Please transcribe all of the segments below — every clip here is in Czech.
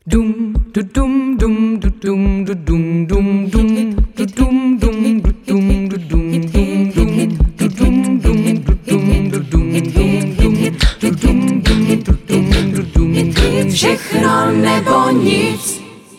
Dum du dum dum du dum du dum dum dum du dum dum du dum du dum dum dum du dum dum du dum du dum dum dum du dum dum du dum du dum dum. Všechno nebo nic.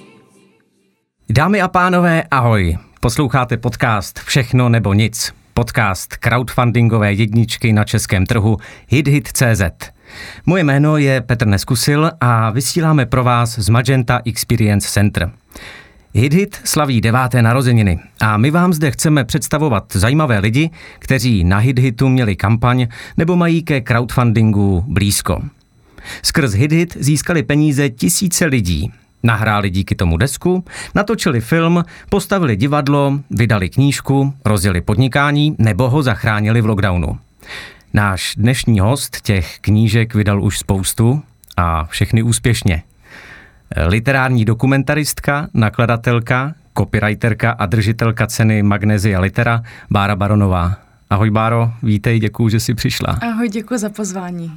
Dámy a pánové, ahoj. Posloucháte podcast Všechno nebo nic. Podcast crowdfundingové jedničky na českém trhu HitHit.cz. Moje jméno je Petr Neskusil a vysíláme pro vás z Magenta Experience Center. HitHit slaví 9. narozeniny a my vám zde chceme představovat zajímavé lidi, kteří na HitHitu měli kampaň nebo mají ke crowdfundingu blízko. Skrz HitHit získali peníze tisíce lidí. Nahráli díky tomu desku, natočili film, postavili divadlo, vydali knížku, rozjeli podnikání nebo ho zachránili v lockdownu. Náš dnešní host těch knížek vydal už spoustu a všechny úspěšně. Literární dokumentaristka, nakladatelka, copywriterka a držitelka ceny Magnesia Litera Bára Baronová. Ahoj Báro, vítej, děkuju, že jsi přišla. Ahoj, děkuji za pozvání.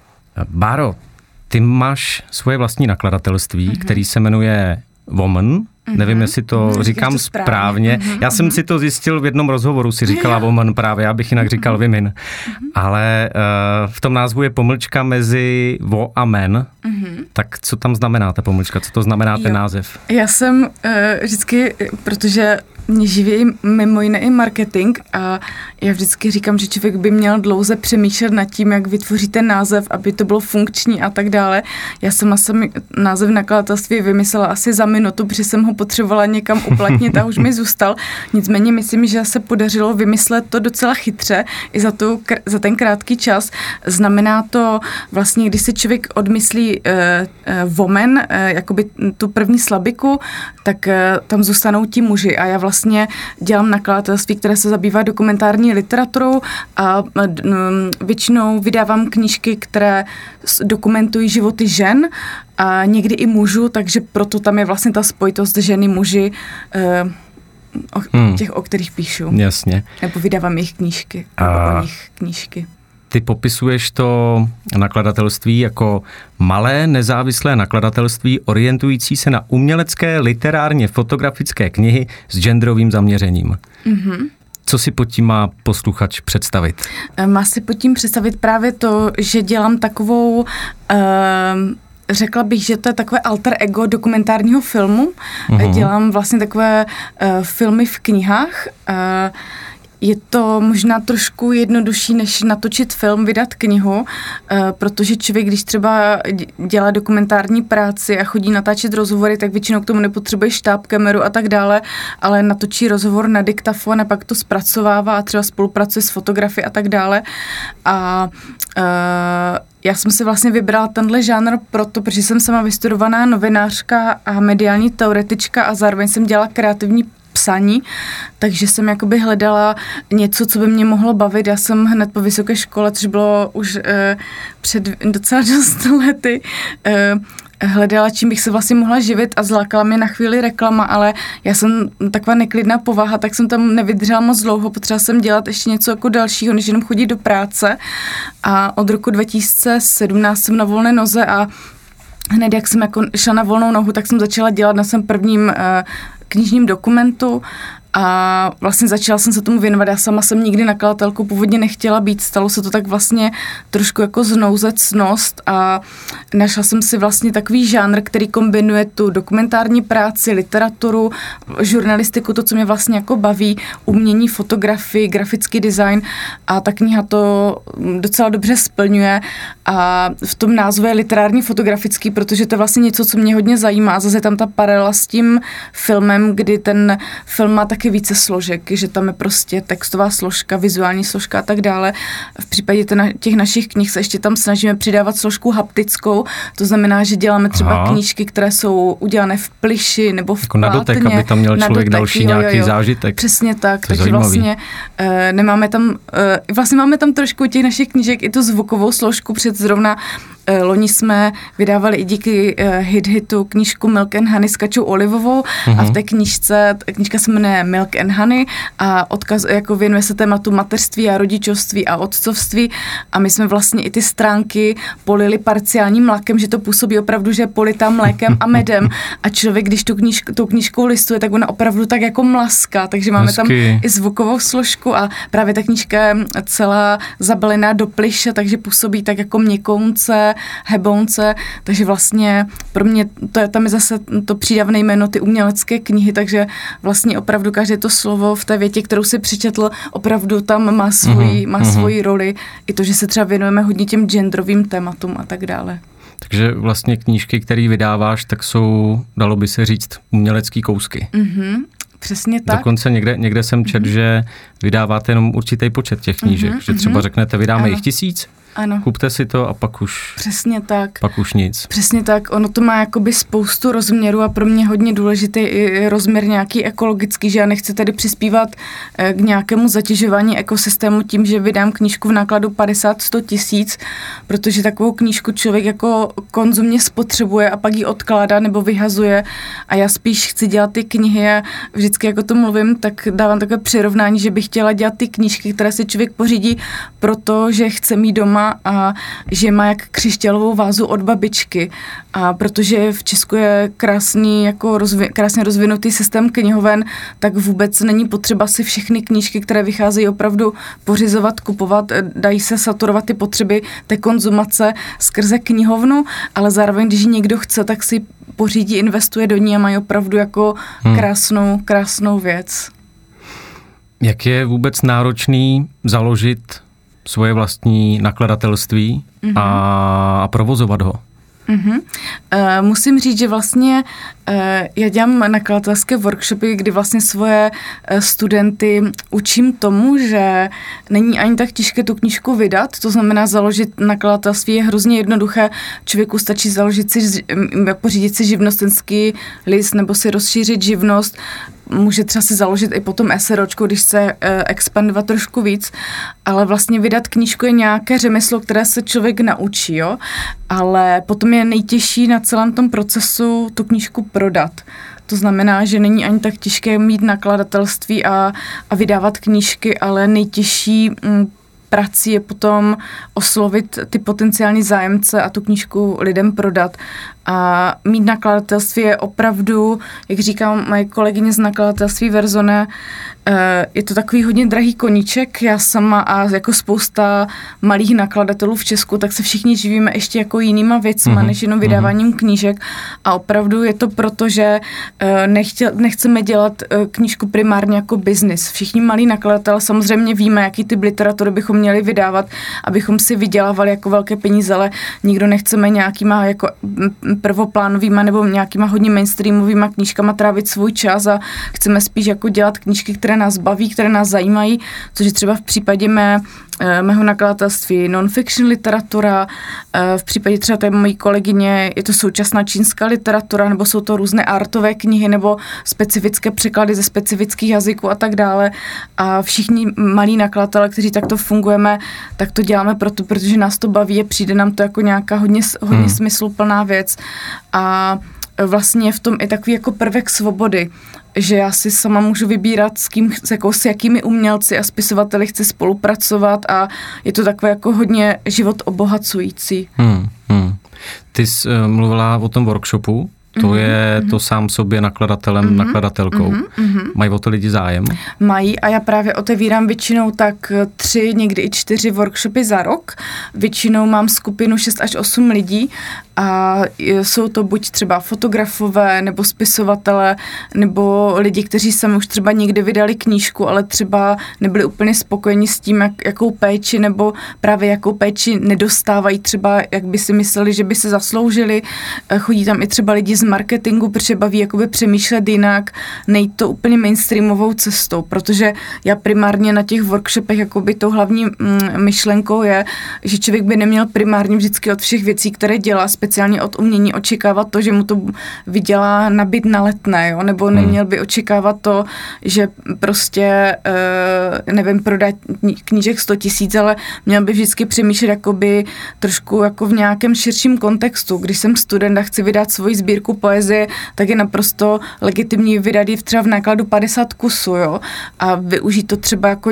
Báro, ty máš svoje vlastní nakladatelství, který se jmenuje Woman. Nevím, jestli to říkám správně. Já jsem si to zjistil v jednom rozhovoru, si říkala Woman právě, já bych jinak říkal Women. Ale v tom názvu je pomlčka mezi wo a men. Tak co tam znamená ta pomlčka? Co to znamená ten název? Já jsem vždycky, protože mě živí mimo jiné i marketing a já vždycky říkám, že člověk by měl dlouze přemýšlet nad tím, jak vytvoří ten název, aby to bylo funkční a tak dále. Já jsem název nakladatelství vymyslela asi za minutu, protože jsem ho potřebovala někam uplatnit a už mi zůstal. Nicméně myslím, že se podařilo vymyslet to docela chytře i za ten krátký čas. Znamená to vlastně, když se člověk odmyslí woman, jakoby tu první slabiku, tak tam zůstanou ti muži a já vlastně dělám nakladatelství, které se zabývá dokumentární literaturou a většinou vydávám knížky, které dokumentují životy žen a někdy i mužů, takže proto tam je vlastně ta spojitost ženy, muži, těch, o kterých píšu. Jasně. Nebo vydávám jejich knížky, nebo o nich knížky. Ty popisuješ to nakladatelství jako malé nezávislé nakladatelství orientující se na umělecké, literárně fotografické knihy s genderovým zaměřením. Co si pod tím má posluchač představit? Má si pod tím představit právě to, že dělám takovou... Řekla bych, že to je takové alter ego dokumentárního filmu. Dělám vlastně takové filmy v knihách. Je to možná trošku jednodušší, než natočit film, vydat knihu, protože člověk, když třeba dělá dokumentární práci a chodí natáčet rozhovory, tak většinou k tomu nepotřebuje štáb, kameru a tak dále, ale natočí rozhovor na diktafon a pak to zpracovává a třeba spolupracuje s fotografy a tak dále. A já jsem si vlastně vybrala tenhle žánr protože jsem sama vystudovaná novinářka a mediální teoretička a zároveň jsem dělala kreativní psaní, takže jsem jakoby hledala něco, co by mě mohlo bavit. Já jsem hned po vysoké škole, což bylo už před docela dost lety, hledala, čím bych se vlastně mohla živit a zlákala mě na chvíli reklama, ale já jsem taková neklidná povaha, tak jsem tam nevydržela moc dlouho, potřeba jsem dělat ještě něco jako dalšího, než jenom chodit do práce a od roku 2017 jsem na volné noze a hned jak jsem jako šla na volnou nohu, tak jsem začala dělat na svém prvním knižním dokumentu a vlastně začala jsem se tomu věnovat. Já sama jsem nikdy nakladatelkou původně nechtěla být, stalo se to tak vlastně trošku jako znouzecnost a našla jsem si vlastně takový žánr, který kombinuje tu dokumentární práci, literaturu, žurnalistiku, to, co mě vlastně jako baví, umění, fotografii, grafický design a ta kniha to docela dobře splňuje a v tom názvu je literární fotografický, protože to je vlastně něco, co mě hodně zajímá a zase je tam ta paralela s tím filmem, kdy ten film má taky více složek, že tam je prostě textová složka, vizuální složka a tak dále. V případě těch našich knih se ještě tam snažíme přidávat složku haptickou, to znamená, že děláme třeba knížky, které jsou udělané v plyši nebo v jako plátně. Na dotek, aby tam měl člověk další nějaký zážitek. Přesně tak, takže vlastně nemáme tam, vlastně máme tam trošku těch našich knížek i tu zvukovou složku, před zrovna loni jsme vydávali i díky hitu knížku Milk and Honey s Kačou Olivovou a v té knížka se jmenuje Milk and Honey a jako věnuje se tématu mateřství a rodičovství a otcovství a my jsme vlastně i ty stránky polili parciálním mlékem, že to působí opravdu, že je politá mlékem a medem a člověk, když tou knížkou listuje, tak ona opravdu tak jako mlaská, takže máme tam i zvukovou složku a právě ta knížka je celá zabalená do plyše, takže působí tak jako měkounce, hebounce, takže vlastně pro mě tam je zase to přídavné jméno ty umělecké knihy, takže vlastně opravdu každé to slovo v té větě, kterou si přečetl, opravdu tam má svoji roli. I to, že se třeba věnujeme hodně těm genderovým tématům a tak dále. Takže vlastně knížky, které vydáváš, tak jsou, dalo by se říct, umělecký kousky. Přesně tak. Dokonce někde jsem četl, že vydáváte jenom určitý počet těch knížek, že třeba řeknete, vydáme jich 1000, ano. Kupte si to a pak už... Přesně tak. Pak už nic. Přesně tak. Ono to má jakoby spoustu rozměrů a pro mě hodně důležitý i rozměr nějaký ekologický, že já nechci tady přispívat k nějakému zatěžování ekosystému tím, že vydám knížku v nákladu 50-100 tisíc, protože takovou knížku člověk jako konzumně spotřebuje a pak ji odkládá nebo vyhazuje a já spíš chci dělat ty knihy a vždycky jako to mluvím, tak dávám takové přirovnání, že bych chtěla dělat ty knížky, které si člověk pořídí, protože chce mít doma a že má jak křišťálovou vázu od babičky. A protože v Česku je krásný, jako krásně rozvinutý systém knihoven, tak vůbec není potřeba si všechny knížky, které vycházejí opravdu pořizovat, kupovat, dají se saturovat ty potřeby té konzumace skrze knihovnu, ale zároveň, když někdo chce, tak si pořídí, investuje do ní a mají opravdu jako krásnou věc. Jak je vůbec náročný založit svoje vlastní nakladatelství a provozovat ho? Musím říct, že vlastně já dělám nakladatelské workshopy, kdy vlastně svoje studenty učím tomu, že není ani tak těžké tu knížku vydat, to znamená založit nakladatelství je hrozně jednoduché, člověku stačí pořídit si živnostenský list nebo si rozšířit živnost, může třeba si založit i potom SROčko, když chce expandovat trošku víc, ale vlastně vydat knížku je nějaké řemeslo, které se člověk naučí, jo? Ale potom je nejtěžší na celém tom procesu tu knížku prodat. To znamená, že není ani tak těžké mít nakladatelství a vydávat knížky, ale nejtěžší prací je potom oslovit ty potenciální zájemce a tu knížku lidem prodat. A mít nakladatelství je opravdu, jak říkám moje kolegyně z nakladatelství Verzone, je to takový hodně drahý koníček. Já sama a jako spousta malých nakladatelů v Česku, tak se všichni živíme ještě jako jinýma věcma, než jenom vydáváním knížek. A opravdu je to proto, že nechceme dělat knížku primárně jako biznis. Všichni malí nakladatelé samozřejmě víme, jaký typ literatury bychom měli vydávat, abychom si vydělávali jako velké peníze, ale nikdo nechceme nějakýma jako prvoplánovýma nebo nějakýma hodně mainstreamovýma knížkama trávit svůj čas a chceme spíš jako dělat knížky, které nás baví, které nás zajímají, což je třeba v případě mého nakladatelství non-fiction literatura, v případě třeba té mojí kolegyně je to současná čínská literatura, nebo jsou to různé artové knihy, nebo specifické překlady ze specifických jazyků a tak dále. A všichni malí nakladatelé, kteří takto fungujeme, tak to děláme protože nás to baví a přijde nám to jako nějaká hodně smysluplná věc. A vlastně je v tom i takový jako prvek svobody, že já si sama můžu vybírat s jakými umělci a spisovateli chci spolupracovat a je to takové jako hodně život obohacující. Ty jsi mluvila o tom workshopu, to je to sám sobě nakladatelem, nakladatelkou. Mají o to lidi zájem? Mají a já právě otevírám většinou tak 3, někdy i 4 workshopy za rok. Většinou mám skupinu 6 až 8 lidí a jsou to buď třeba fotografové, nebo spisovatelé, nebo lidi, kteří sami už třeba někdy vydali knížku, ale třeba nebyli úplně spokojeni s tím, jakou péči, nebo právě jakou péči nedostávají třeba, jak by si mysleli, že by se zasloužili. Chodí tam i třeba lidi z marketingu, protože baví jakoby přemýšlet jinak, nejít to úplně mainstreamovou cestou, protože já primárně na těch workshopech jakoby tou hlavní myšlenkou je, že člověk by neměl primárně vždycky od všech věcí, které dělá, speciálně od umění očekávat to, že mu to vydělá na byt na Letné, jo? Nebo neměl by očekávat to, že prostě, nevím, prodá knížek 100 000, ale měl by vždycky přemýšlet jakoby trošku jako v nějakém širším kontextu. Když jsem student a chci vydat svoji sbírku poezie, tak je naprosto legitimní vydat ji třeba v nákladu 50 kusů, jo? A využít to třeba jako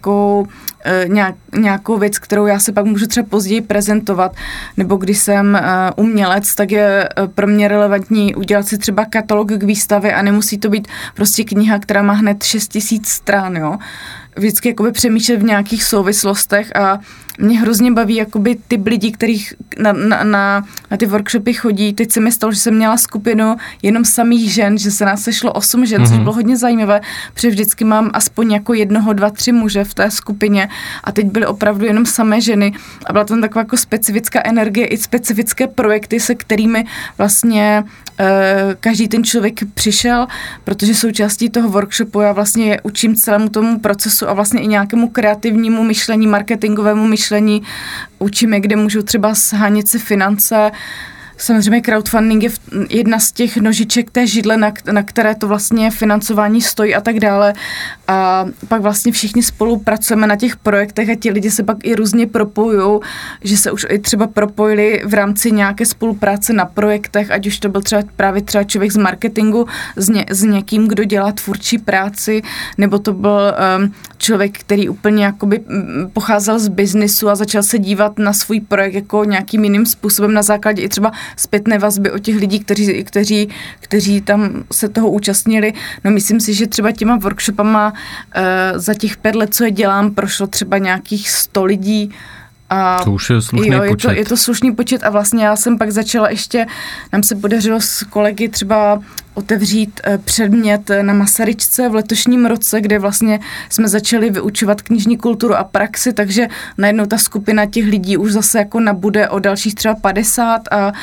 nějakou věc, kterou já se pak můžu třeba později prezentovat, nebo když jsem umělec, tak je pro mě relevantní udělat si třeba katalog k výstavě a nemusí to být prostě kniha, která má hned 6 000 stran, jo. Vždycky jakoby přemýšlet v nějakých souvislostech a mě hrozně baví jakoby typ lidí, kterých na ty workshopy chodí. Teď se mi stalo, že jsem měla skupinu jenom samých žen, že se nás sešlo 8 žen, což bylo hodně zajímavé, protože vždycky mám aspoň jako 1, 2, 3 muže v té skupině a teď byly opravdu jenom samé ženy a byla tam taková jako specifická energie i specifické projekty, se kterými vlastně každý ten člověk přišel, protože součástí toho workshopu já vlastně je učím celému tomu procesu a vlastně i nějakému kreativnímu myšlení, marketingovému myšlení, učíme, kde můžou třeba shánět si finance. Samozřejmě crowdfunding je jedna z těch nožiček té židle, na které to vlastně financování stojí a tak dále. A pak vlastně všichni spolupracujeme na těch projektech a ti lidi se pak i různě propojují, že se už i třeba propojili v rámci nějaké spolupráce na projektech, ať už to byl třeba člověk z marketingu s někým, kdo dělá tvůrčí práci, nebo to byl člověk, který úplně jakoby pocházel z biznisu a začal se dívat na svůj projekt jako nějakým jiným způsobem na základě i třeba zpětné vazby od těch lidí, kteří tam se toho účastnili. No myslím si, že třeba těma workshopama za těch 5 let, co je dělám, prošlo třeba nějakých 100 lidí. A to už je slušný počet. Je to slušný počet a vlastně já jsem pak začala ještě, nám se podařilo s kolegy třeba otevřít předmět na Masaryčce v letošním roce, kde vlastně jsme začali vyučovat knižní kulturu a praxi, takže najednou ta skupina těch lidí už zase jako nabude o dalších třeba 50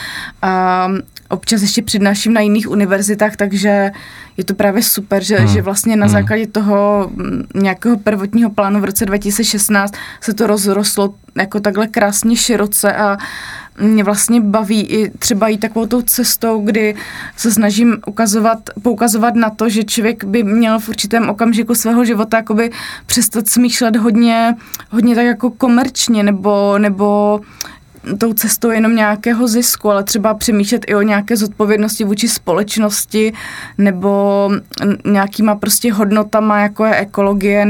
a občas ještě přednáším na jiných univerzitách, takže je to právě super, že vlastně na základě toho nějakého prvotního plánu v roce 2016 se to rozrostlo jako takhle krásně široce a mě vlastně baví i třeba jít takovou tou cestou, kdy se snažím poukazovat na to, že člověk by měl v určitém okamžiku svého života jakoby přestat smýšlet hodně tak jako komerčně nebo tou cestou jenom nějakého zisku, ale třeba přemýšlet i o nějaké zodpovědnosti vůči společnosti nebo nějakýma prostě hodnotama, jako je ekologie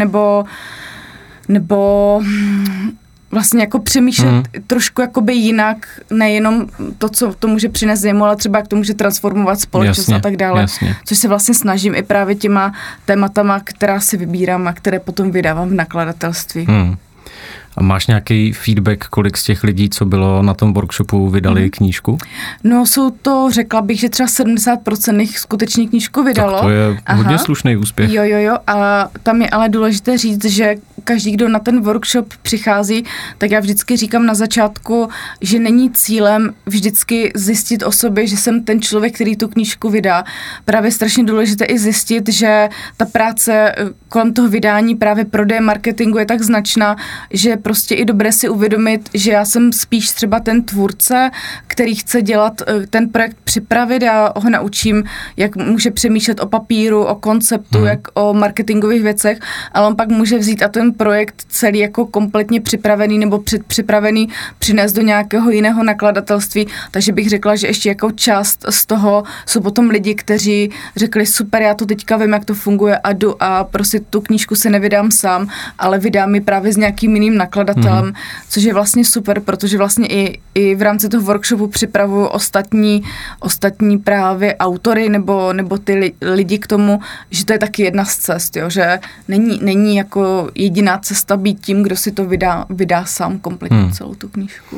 nebo vlastně jako přemýšlet trošku jakoby jinak, nejenom to, co to může přinést zjemu, ale třeba jak to může transformovat společnost a tak dále. Jasně. Což se vlastně snažím i právě těma tématama, která si vybírám a které potom vydávám v nakladatelství. A máš nějaký feedback, kolik z těch lidí, co bylo na tom workshopu, vydali knížku? No, jsou to, řekla bych, že třeba 70% jich skutečně knížku vydalo. Tak to je hodně slušný úspěch. Jo. A tam je ale důležité říct, že každý, kdo na ten workshop přichází, tak já vždycky říkám na začátku, že není cílem vždycky zjistit o sobě, že jsem ten člověk, který tu knížku vydá. Právě strašně důležité i zjistit, že ta práce kolem toho vydání právě prodeje marketingu je tak značná, že prostě i dobré si uvědomit, že já jsem spíš třeba ten tvůrce, který chce dělat ten projekt připravit, já ho naučím, jak může přemýšlet o papíru, o konceptu, jak o marketingových věcech, ale on pak může vzít a ten projekt celý jako kompletně připravený nebo předpřipravený přinést do nějakého jiného nakladatelství, takže bych řekla, že ještě jako část z toho jsou potom lidi, kteří řekli super, já to teďka vím, jak to funguje a jdu a prostě tu knížku si nevydám sám, ale vydám ji právě s nějakým jiným nakladatelem, což je vlastně super, protože vlastně i v rámci toho workshopu připravuju ostatní právě autory nebo ty lidi k tomu, že to je taky jedna z cest, jo, že není jako jediná cesta být tím, kdo si to vydá sám kompletně celou tu knížku.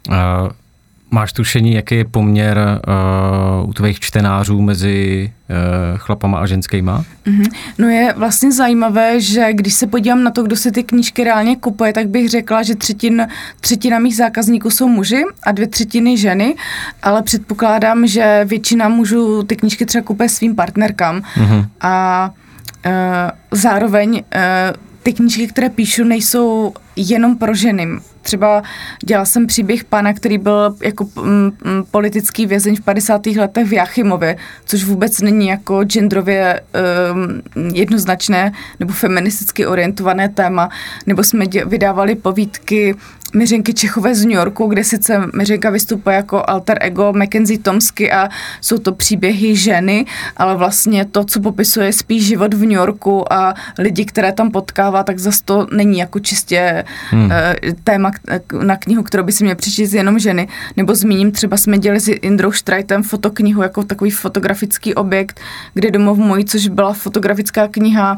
Máš tušení, jaký je poměr u tvých čtenářů mezi chlapama a ženskýma? No je vlastně zajímavé, že když se podívám na to, kdo si ty knížky reálně kupuje, tak bych řekla, že třetina mých zákazníků jsou muži a 2/3 ženy, ale předpokládám, že většina mužů ty knížky třeba kupuje svým partnerkám. A zároveň ty knížky, které píšu, nejsou jenom pro ženy. třeba dělala jsem příběh pána, který byl jako politický vězeň v 50. letech v Jáchymově, což vůbec není jako genderově jednoznačné nebo feministicky orientované téma, nebo jsme vydávali povídky Miřenky Čechové z New Yorku, kde sice Miřenka vystupuje jako alter ego Mackenzie Tomsky a jsou to příběhy ženy, ale vlastně to, co popisuje spíš život v New Yorku a lidi, které tam potkává, tak zase to není jako čistě téma na knihu, kterou by si měl přečíst jenom ženy. Nebo zmíním, třeba jsme dělali s Indrou Štrajtem fotoknihu jako takový fotografický objekt, kde domov můj, což byla fotografická kniha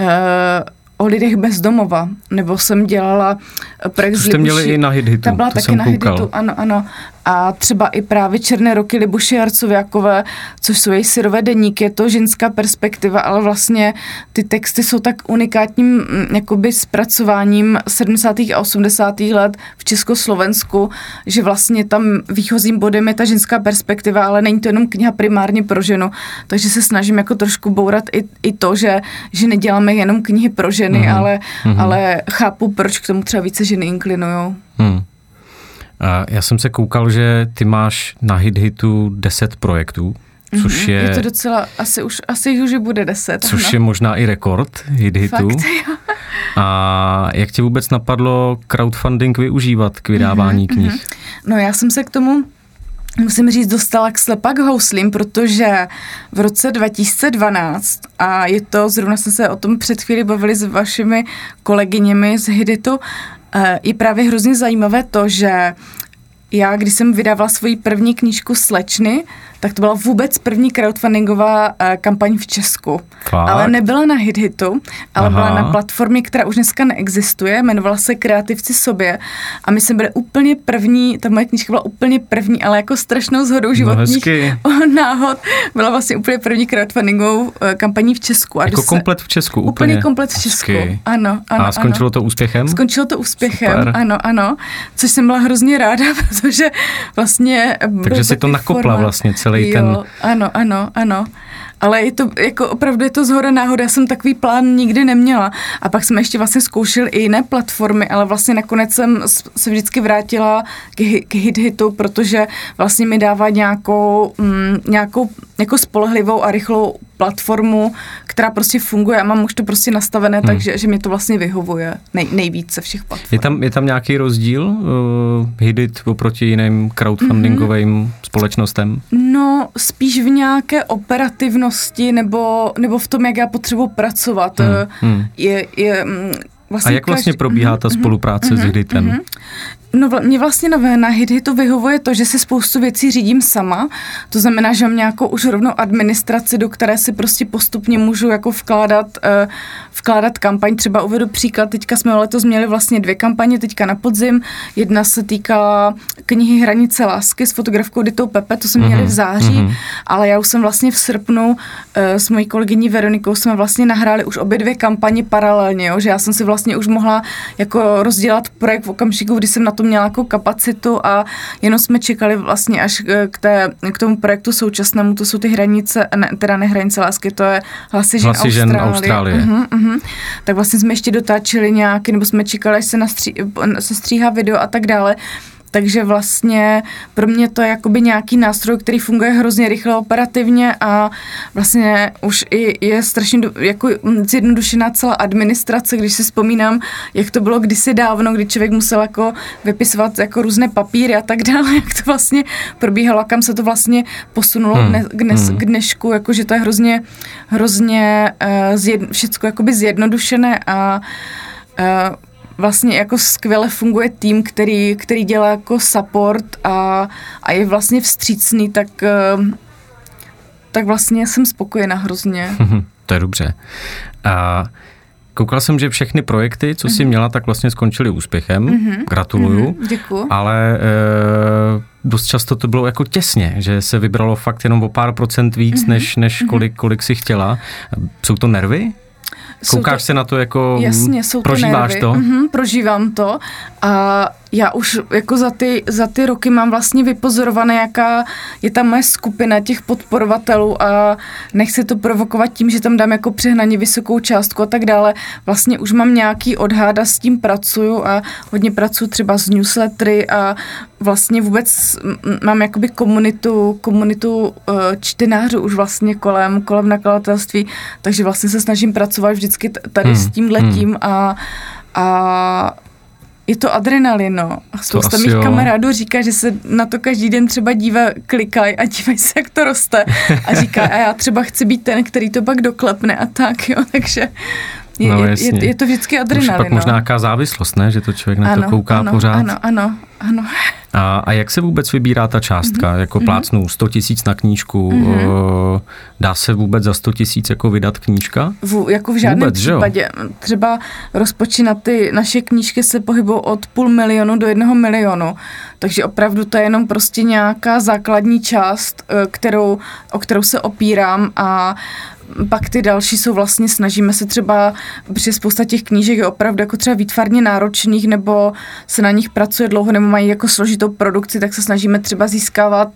o lidech bez domova, nebo jsem dělala projekt jste měli i na HitHitu, ta byla to taky jsem na koukal. HitHitu, ano. A třeba i právě Černé roky Libuše Jarcověkové, což jsou její syrové deníky, je to ženská perspektiva, ale vlastně ty texty jsou tak unikátním jakoby zpracováním 70. a 80. let v Československu, že vlastně tam výchozím bodem je ta ženská perspektiva, ale není to jenom kniha primárně pro ženu, takže se snažím jako trošku bourat i to, že neděláme jenom knihy pro ženy, ale chápu, proč k tomu třeba více ženy inklinujou. Já jsem se koukal, že ty máš na HitHitu 10 projektů, což je... Je to docela, asi jich už bude 10. Což je možná i rekord HitHitu. Fakt, jo. A jak tě vůbec napadlo crowdfunding využívat k vydávání knih? No já jsem se k tomu, musím říct, dostala k slepak houslím, protože v roce 2012, a je to, zrovna jsme se o tom před chvíli bavili s vašimi kolegyněmi z HitHitu, je právě hrozně zajímavé to, že já, když jsem vydávala svoji první knížku Slečny, tak to byla vůbec první crowdfundingová kampaň v Česku. Fakt? Ale nebyla na HitHitu, ale byla na platformě, která už dneska neexistuje, jmenovala se Kreativci sobě a my jsme byli úplně první, ta moje knížka byla úplně první, ale jako strašnou shodou životních náhod. Byla vlastně úplně první crowdfundingovou kampaní v Česku. A jako komplet v Česku? Úplně komplet v Česku, ano. A skončilo to úspěchem? Skončilo to úspěchem, super. Ano, což jsem byla hrozně ráda, protože vlastně... Takže si to nakopla vlastně celý ten... Ano. Ale je to, jako opravdu je to zhora náhoda, já jsem takový plán nikdy neměla. A pak jsme ještě vlastně zkoušeli i jiné platformy, ale vlastně nakonec jsem se vždycky vrátila k HitHitu, protože vlastně mi dává nějakou jako spolehlivou a rychlou platformu, která prostě funguje a mám už to prostě nastavené, takže že mi to vlastně vyhovuje nejvíce všech platform. Je tam nějaký rozdíl HitHit oproti jiným crowdfundingovým společnostem? No, spíš v nějaké operativnosti nebo v tom, jak já potřebuji pracovat. Vlastně a jak vlastně probíhá ta spolupráce s HitHitem? No mě vlastně na HitHitu vyhovuje to, že se spoustu věcí řídím sama. To znamená, že mám nějakou už rovnou administraci, do které si prostě postupně můžu jako vkládat kampaň. Třeba uvedu příklad, teďka jsme letos měli vlastně 2 kampaně, teďka na podzim. Jedna se týkala knihy Hranice lásky s fotografkou Ditou Pepe, to jsme měli v září, ale já už jsem vlastně v srpnu s mojí kolegyní Veronikou jsme vlastně nahráli už obě 2 kampaně paralelně, jo? Že já jsem si vlastně už mohla jako rozdělat projekt v okamžiku, kdy jsem na to měla jako kapacitu a jenom jsme čekali vlastně až k tomu projektu současnému, to jsou ty hranice, ne Hranice lásky, to je Hlasy žen Austrálie. Tak vlastně jsme ještě dotáčeli nějaký, nebo jsme čekali, až se stříhá video a tak dále. Takže vlastně pro mě to je jakoby nějaký nástroj, který funguje hrozně rychle, operativně a vlastně už i je strašně jako zjednodušená celá administrace, když si vzpomínám, jak to bylo kdysi dávno, kdy člověk musel jako vypisovat jako různé papíry a tak dále, jak to vlastně probíhalo a kam se to vlastně posunulo k dnešku, jakože to je hrozně všecko jakoby zjednodušené a vlastně jako skvěle funguje tým, který dělá jako support a je vlastně vstřícný, tak vlastně jsem spokojená hrozně. To je dobře. A koukal jsem, že všechny projekty, co jsi měla, tak vlastně skončily úspěchem. Gratuluju. Děkuju. Ale dost často to bylo jako těsně, že se vybralo fakt jenom o pár procent víc, než kolik si chtěla. Jsou to nervy? Koukáš se na to jako, jasně, jsou prožíváš to nervy. to? Prožívám to a já už jako za ty roky mám vlastně vypozorované, jaká je tam moje skupina těch podporovatelů a nechci to provokovat tím, že tam dám jako přehnaně vysokou částku a tak dále. Vlastně už mám nějaký odhad a s tím pracuju a hodně pracuji třeba s newslettery a vlastně vůbec mám jakoby komunitu čtenářů už vlastně kolem nakladatelství, takže vlastně se snažím pracovat vždycky tady s tímhletím a je to adrenalin, no. Spousta mých kamarádů říká, že se na to každý den třeba klikají a dívají se, jak to roste. A říká, a já třeba chci být ten, který to pak doklepne a tak, jo. Takže je to vždycky adrenalin. Už pak možná nějaká závislost, ne? Že to člověk na to kouká pořád. Ano. A jak se vůbec vybírá ta částka? Jako plácnu 100 000 na knížku, dá se vůbec za 100 000 jako vydat knížka? Jako v žádném případě. Třeba rozpočty na ty naše knížky se pohybují od 500 000 do 1 milionu. Takže opravdu to je jenom prostě nějaká základní část, o kterou se opírám a pak ty další jsou vlastně, snažíme se třeba, protože spousta těch knížek je opravdu jako třeba výtvarně náročných, nebo se na nich pracuje dlouho, nebo mají jako složitou produkci, tak se snažíme třeba získávat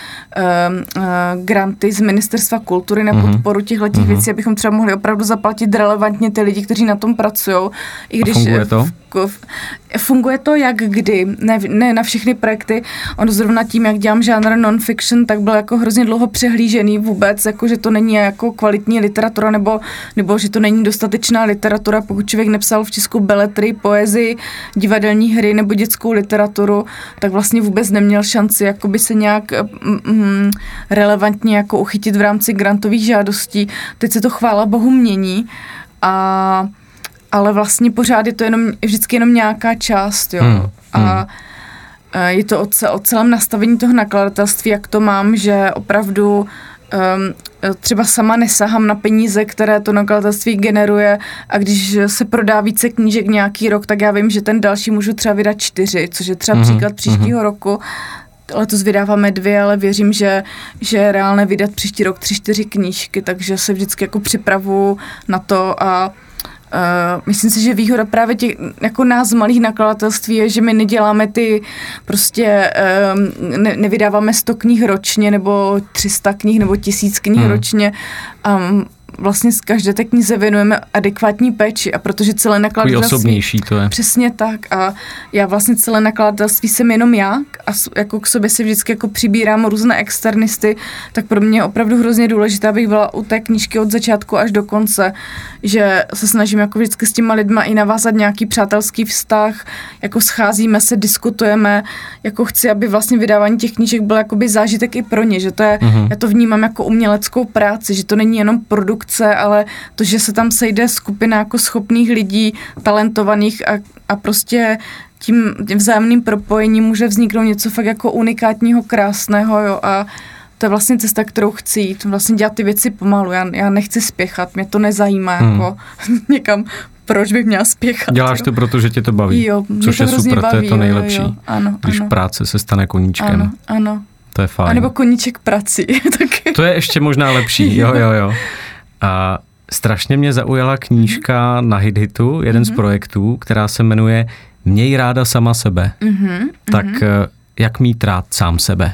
granty z Ministerstva kultury na podporu těchto věcí, abychom třeba mohli opravdu zaplatit relevantně ty lidi, kteří na tom pracují. I když funguje to? Funguje to jak kdy, ne na všechny projekty. Ono zrovna tím, jak dělám žánr non-fiction, tak byl jako hrozně dlouho přehlížený vůbec, jako že to není jako kvalitní literatura, nebo že to není dostatečná literatura, pokud člověk nepsal v Česku beletry, poezii, divadelní hry nebo dětskou literaturu, tak vlastně vůbec neměl šanci jakoby se nějak relevantně jako uchytit v rámci grantových žádostí. Teď se to chvála bohu mění ale vlastně pořád je to vždycky jenom nějaká část, jo. A je to o celém nastavení toho nakladatelství, jak to mám, že opravdu třeba sama nesahám na peníze, které to nakladatelství generuje a když se prodá více knížek nějaký rok, tak já vím, že ten další můžu třeba vydat 4, což je třeba příklad příštího roku. Letos vydáváme 2, ale věřím, že je reálné vydat příští rok 3-4 knížky, takže se vždycky jako připravuju na to a myslím si, že výhoda právě těch, jako nás malých nakladatelství je, že my neděláme ty prostě, nevydáváme 100 knih ročně nebo 300 knih nebo 1000 knih ročně. Vlastně z každé té knize věnujeme adekvátní péči a protože celé nakladatelství... osobnější to je. Přesně tak a já vlastně celé nakladatelství jsem jenom já a jako k sobě si vždycky jako přibírám různé externisty, tak pro mě je opravdu hrozně důležité, abych byla u té knížky od začátku až do konce, že se snažím jako vždycky s těma lidma i navázat nějaký přátelský vztah, jako scházíme se, diskutujeme, jako chci, aby vlastně vydávání těch knížek byl jakoby zážitek i pro ně, že to je, já to vnímám jako uměleckou práci, že to není jenom produkce, ale to, že se tam sejde skupina jako schopných lidí, talentovaných a prostě tím vzájemným propojením může vzniknout něco fakt jako unikátního, krásného, jo, a to je vlastně cesta, kterou chci jít, vlastně dělat ty věci pomalu, já nechci spěchat, mě to nezajímá jako někam, proč bych měla spěchat. Děláš to, protože tě to baví, jo, což to je super, baví, to je to nejlepší, jo. Ano, když práce se stane koníčkem. Ano. To je fajn. A nebo koníček prací. Taky. To je ještě možná lepší, jo. A strašně mě zaujala knížka na HitHitu, jeden z projektů, která se jmenuje Měj ráda sama sebe. Tak jak mít rád sám sebe?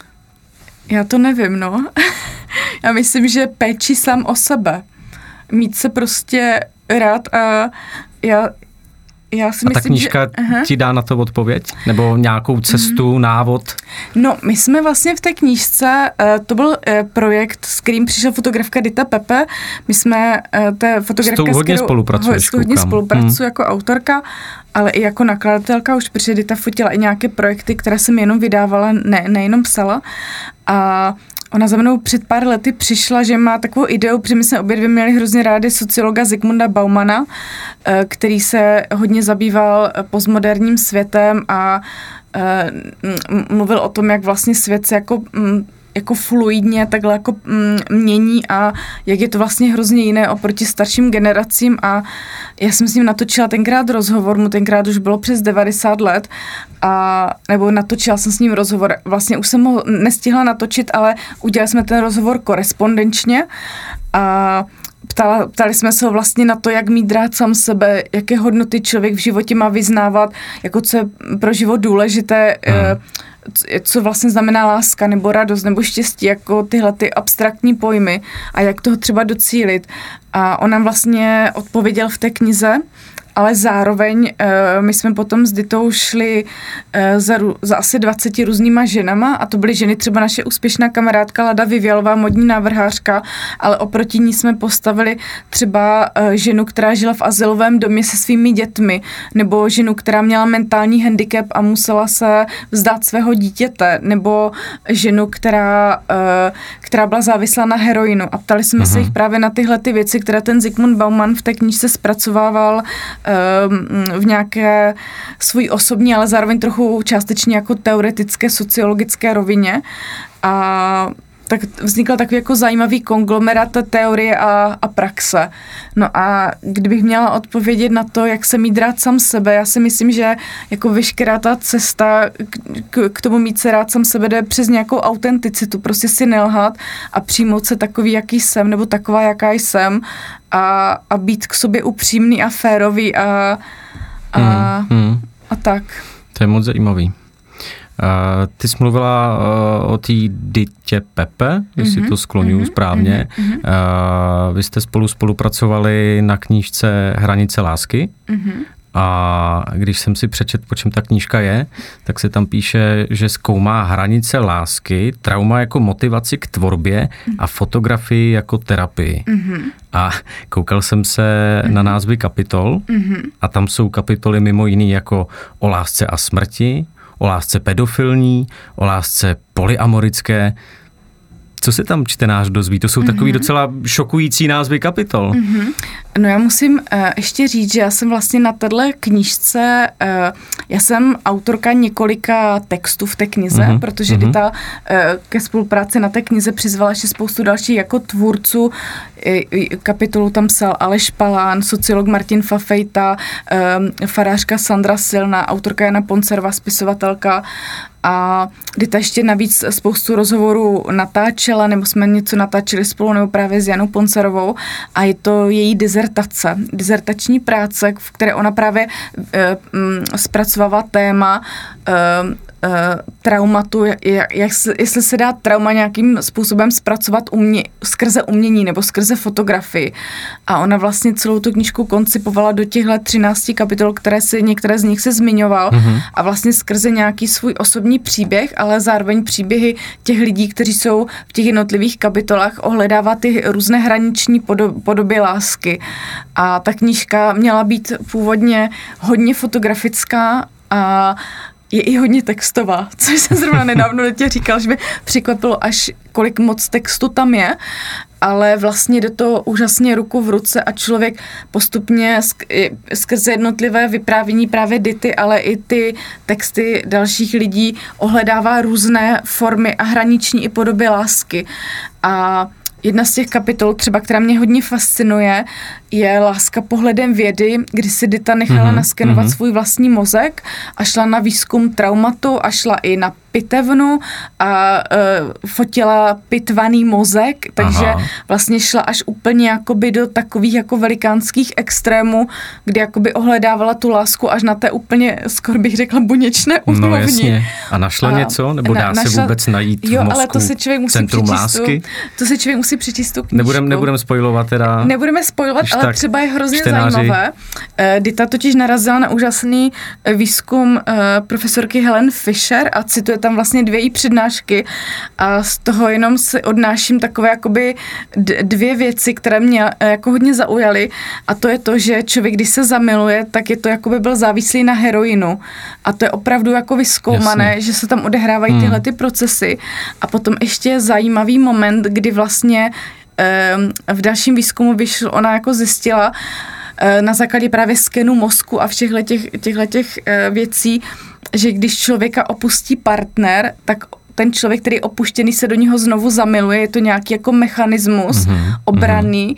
Já to nevím, no. Já myslím, že péči sám o sebe. Mít se prostě rád a já si myslím, ta knížka ti dá na to odpověď? Nebo nějakou cestu, návod? No, my jsme vlastně v té knížce, to byl projekt, s kterým přišla fotografka Dita Pepe. My jsme té fotografka, s tou hodně spolupracuješ, hodně spolupracuji jako autorka, ale i jako nakladatelka, už protože Dita fotila i nějaké projekty, které jsem jenom vydávala, nejenom psala. A ona za mnou před pár lety přišla, že má takovou ideu, protože my jsme obě dvě měli hrozně rádi sociologa Zikmunda Baumana, který se hodně zabýval postmoderním světem a mluvil o tom, jak vlastně svět se jako fluidně takhle jako mění a jak je to vlastně hrozně jiné oproti starším generacím a já jsem s ním natočila tenkrát rozhovor, mu tenkrát už bylo přes 90 let nebo natočila jsem s ním rozhovor, vlastně už jsem ho nestihla natočit, ale udělali jsme ten rozhovor korespondenčně a ptali jsme se ho vlastně na to, jak mít rád sám sebe, jaké hodnoty člověk v životě má vyznávat, jako co je pro život důležité, co vlastně znamená láska nebo radost nebo štěstí, jako tyhle ty abstraktní pojmy a jak toho třeba docílit. A on nám vlastně odpověděl v té knize, ale zároveň my jsme potom s Ditou šli za asi 20 různýma ženama a to byly ženy, třeba naše úspěšná kamarádka Lada Vivělová, modní návrhářka, ale oproti ní jsme postavili třeba ženu, která žila v azylovém domě se svými dětmi, nebo ženu, která měla mentální handicap a musela se vzdát svého dítěte, nebo ženu, která byla závislá na heroinu. A ptali jsme se jich právě na tyhle ty věci, které ten Zygmunt Bauman v té knížce zpracovával v nějaké svůj osobní, ale zároveň trochu částečně jako teoretické sociologické rovině. A tak vznikl takový jako zajímavý konglomerát teorie a praxe. No a kdybych měla odpovědět na to, jak se mít rád sám sebe, já si myslím, že jako veškerá ta cesta k tomu mít se rád sám sebe jde přes nějakou autenticitu, prostě si nelhat a přijmout se takový, jaký jsem, nebo taková, jaká jsem a být k sobě upřímný a férový a tak. To je moc zajímavý. Ty jsi mluvila o té Ditě Pepe, jestli to skloňuji správně. Vy jste spolupracovali na knížce Hranice lásky. A když jsem si přečetl, po čem ta knížka je, tak se tam píše, že zkoumá hranice lásky, trauma jako motivaci k tvorbě a fotografii jako terapii. A koukal jsem se na názvy kapitol a tam jsou kapitoly mimo jiný jako o lásce a smrti, o lásce pedofilní, o lásce polyamorické. Co se tam čtenář dozví? To jsou takový docela šokující názvy kapitol. No já musím ještě říct, že já jsem vlastně na téhle knížce, já jsem autorka několika textů v té knize, protože Dita ke spolupráci na té knize přizvala ještě spoustu dalších jako tvůrců. Kapitolu tam psal Aleš Palán, sociolog Martin Fafejta, farářka Sandra Silná, autorka Jana Poncerová, spisovatelka. A Dita ještě navíc spoustu rozhovorů natáčela, nebo jsme něco natáčeli spolu, nebo právě s Janou Poncerovou a je to její dizertační práce, v které ona právě zpracovává téma traumatu, jestli se dá trauma nějakým způsobem zpracovat skrze umění nebo skrze fotografii. A ona vlastně celou tu knížku koncipovala do těchto 13 kapitol, některé z nich se zmiňoval a vlastně skrze nějaký svůj osobní příběh, ale zároveň příběhy těch lidí, kteří jsou v těch jednotlivých kapitolách, ohledává ty různé hraniční podoby lásky. A ta knížka měla být původně hodně fotografická a je i hodně textová, což jsem zrovna nedávno tě říkal, že by překvapilo, až kolik moc textu tam je, ale vlastně jde to úžasně ruku v ruce a člověk postupně skrze jednotlivé vyprávění právě Dity, ale i ty texty dalších lidí ohledává různé formy a hraniční i podoby lásky. A jedna z těch kapitol, třeba, která mě hodně fascinuje, je Láska pohledem vědy, kdy si Dita nechala naskenovat svůj vlastní mozek a šla na výzkum traumatu a šla i na pitevnu a fotila pitvaný mozek, takže vlastně šla až úplně jakoby do takových jako velikánských extrémů, kdy jakoby ohledávala tu lásku až na té úplně, skoro bych řekla, buněčné úrovni. No jasně. A našla něco? Nebo dá se vůbec najít v mozku ale to si člověk musí centrum lásky? To si člověk musí přečíst tu knížku. Nebudeme spojovat teda. Nebudeme spojovat, ale třeba je hrozně zajímavé. Dita totiž narazila na úžasný výzkum profesorky Helen Fisher a cituje tam vlastně 2 její přednášky a z toho jenom si odnáším takové jakoby 2 věci, které mě jako hodně zaujaly a to je to, že člověk, když se zamiluje, tak je to jakoby byl závislý na heroinu a to je opravdu jako vyzkoumané, že se tam odehrávají tyhle ty procesy a potom ještě zajímavý moment, kdy vlastně v dalším výzkumu ona jako zjistila na základě právě skenu mozku a všech těch věcí, že když člověka opustí partner, tak ten člověk, který je opuštěný, se do něho znovu zamiluje, je to nějaký jako mechanismus obranný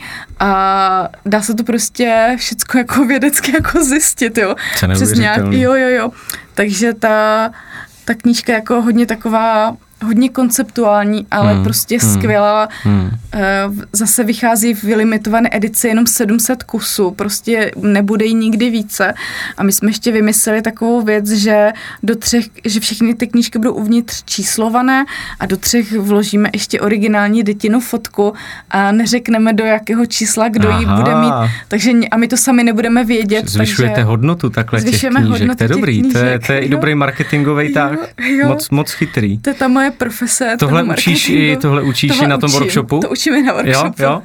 a dá se to prostě všecko jako vědecky jako zjistit, jo. Přes nějak, jo. Takže ta knížka jako hodně taková hodně konceptuální, ale prostě skvělá. Zase vychází v limitované edici jenom 700 kusů, prostě nebude jí nikdy více. A my jsme ještě vymysleli takovou věc, že že všechny ty knížky budou uvnitř číslované a do 3 vložíme ještě originální dětinu fotku a neřekneme, do jakého čísla kdo ji bude mít. Takže a my to sami nebudeme vědět. Zvyšujete hodnotu takhle těch knížek. To je dobrý, to je i dobrý marketingový tah. Moc chytrý. To je ta moje profese. Tohle učíš i na tom workshopu? To učíme na workshopu. Jo?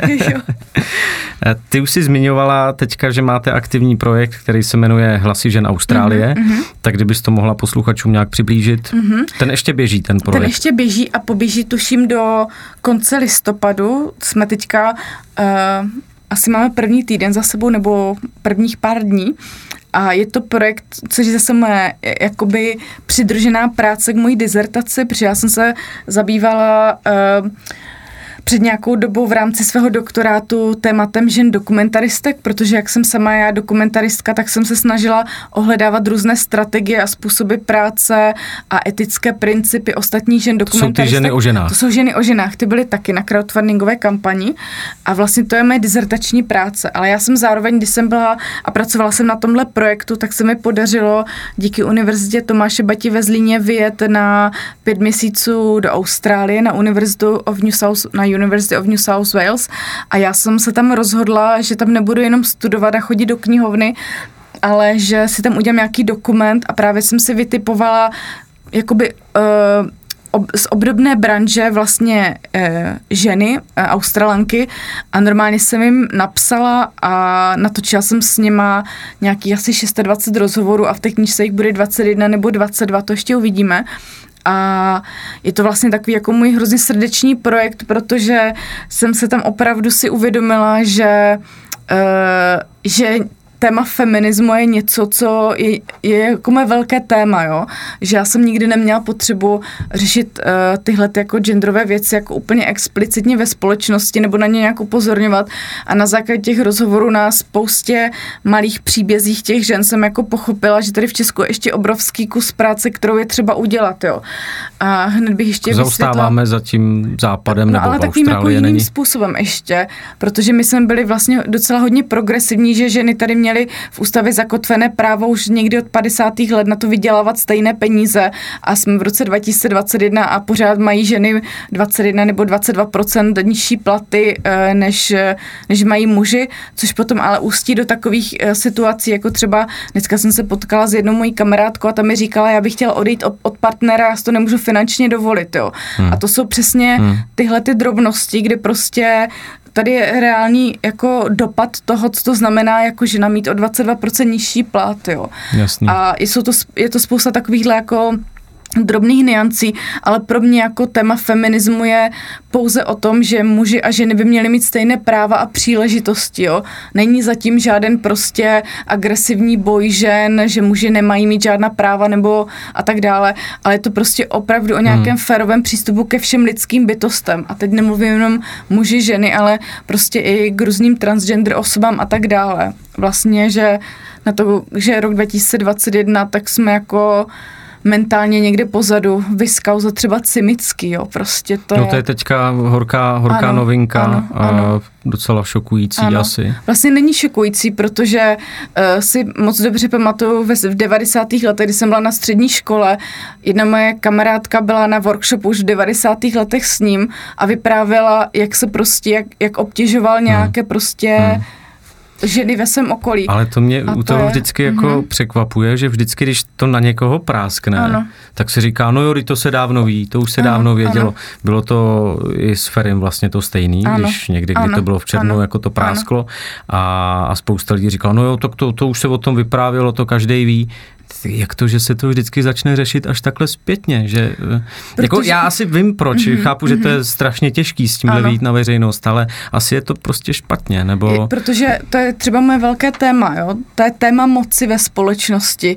Ty už jsi zmiňovala teďka, že máte aktivní projekt, který se jmenuje Hlasy žen Austrálie, tak kdybys to mohla posluchačům nějak přiblížit. Ten ještě běží, ten projekt. Ten ještě běží a poběží tuším do konce listopadu. Jsme teďka, asi máme první týden za sebou nebo prvních pár dní. A je to projekt, což je zase moje jakoby přidružená práce k mojí dizertaci, protože já jsem se zabývala před nějakou dobou v rámci svého doktorátu tématem žen dokumentaristek, protože jak jsem sama já dokumentaristka, tak jsem se snažila ohledávat různé strategie a způsoby práce a etické principy ostatních žen dokumentaristek. To jsou ty ženy o ženách. To jsou ženy o ženách, ty byly taky na crowdfundingové kampani a vlastně to je moje dizertační práce, ale já jsem zároveň, když jsem byla a pracovala jsem na tomhle projektu, tak se mi podařilo díky Univerzitě Tomáše Bati ve Zlíně vyjet na 5 měsíců do Austrálie na University of New South Wales a já jsem se tam rozhodla, že tam nebudu jenom studovat a chodit do knihovny, ale že si tam udělám nějaký dokument a právě jsem si vytipovala jakoby z obdobné branže vlastně ženy, Australanky a normálně jsem jim napsala a natočila jsem s nima nějaký asi 620 rozhovorů a v té knížce jich bude 21 nebo 22, to ještě uvidíme. A je to vlastně takový jako můj hrozně srdeční projekt, protože jsem se tam opravdu si uvědomila, že téma feminismu je něco, co je jako moje velké téma, jo? Že já jsem nikdy neměla potřebu řešit tyhle jako genderové věci jako úplně explicitně ve společnosti nebo na ně nějak upozorňovat a na základě těch rozhovorů na spoustě malých příbězích těch žen jsem jako pochopila, že tady v Česku je ještě obrovský kus práce, kterou je třeba udělat, jo? A hned bych ještě zaostáváme za tím západem nebo ale v takovým Austrálii jako jiným není? způsobem ještě, protože my jsme byli vlastně docela hodně progresivní, že ženy tady měly v ústavě zakotvené právo už někdy od 50. let na to vydělávat stejné peníze a jsme v roce 2021 a pořád mají ženy 21 nebo 22% nižší platy, než mají muži, což potom ale ústí do takových situací, jako třeba dneska jsem se potkala s jednou mojí kamarádkou a ta mi říkala, já bych chtěla odejít od partnera, já si to nemůžu finančně dovolit, jo. A to jsou přesně tyhle ty drobnosti, kdy prostě tady je reálný jako dopad toho, co to znamená jako žena mít o 22% nižší plat, jo. Jasný. A je to spousta takovýchhle jako drobných niancí, ale pro mě jako téma feminismu je pouze o tom, že muži a ženy by měly mít stejné práva a příležitosti, jo. Není zatím žádný prostě agresivní boj žen, že muži nemají mít žádná práva nebo a tak dále, ale je to prostě opravdu o nějakém férovém přístupu ke všem lidským bytostem. A teď nemluvím jenom muži, ženy, ale prostě i k různým transgender osobám a tak dále. Vlastně, že na to, že je rok 2021, tak jsme jako mentálně někde pozadu, vyskauza třeba Cimický, jo, prostě to je... No to je teďka horká novinka, ano. Docela šokující asi. Vlastně není šokující, protože si moc dobře pamatuju v 90. letech, kdy jsem byla na střední škole, jedna moje kamarádka byla na workshopu už v 90. letech s ním a vyprávěla, jak se prostě, jak obtěžoval nějaké prostě ženy ve svém okolí. Ale to mě u toho vždycky jako překvapuje, že vždycky, když to na někoho práskne, tak se říká, no jo, to se dávno ví, to už se dávno vědělo. Ano. Bylo to i s Ferim vlastně to stejný, když někdy, kdy to bylo v červnu, jako to prásklo a spousta lidí říkalo, no jo, to už se o tom vyprávělo, to každej ví. Jak to, že se to vždycky začne řešit až takhle zpětně, že jako já asi vím proč, chápu, že to je strašně těžký s tímhle vyjít na veřejnost, ale asi je to prostě špatně, nebo... Protože to je třeba moje velké téma, jo, to je téma moci ve společnosti.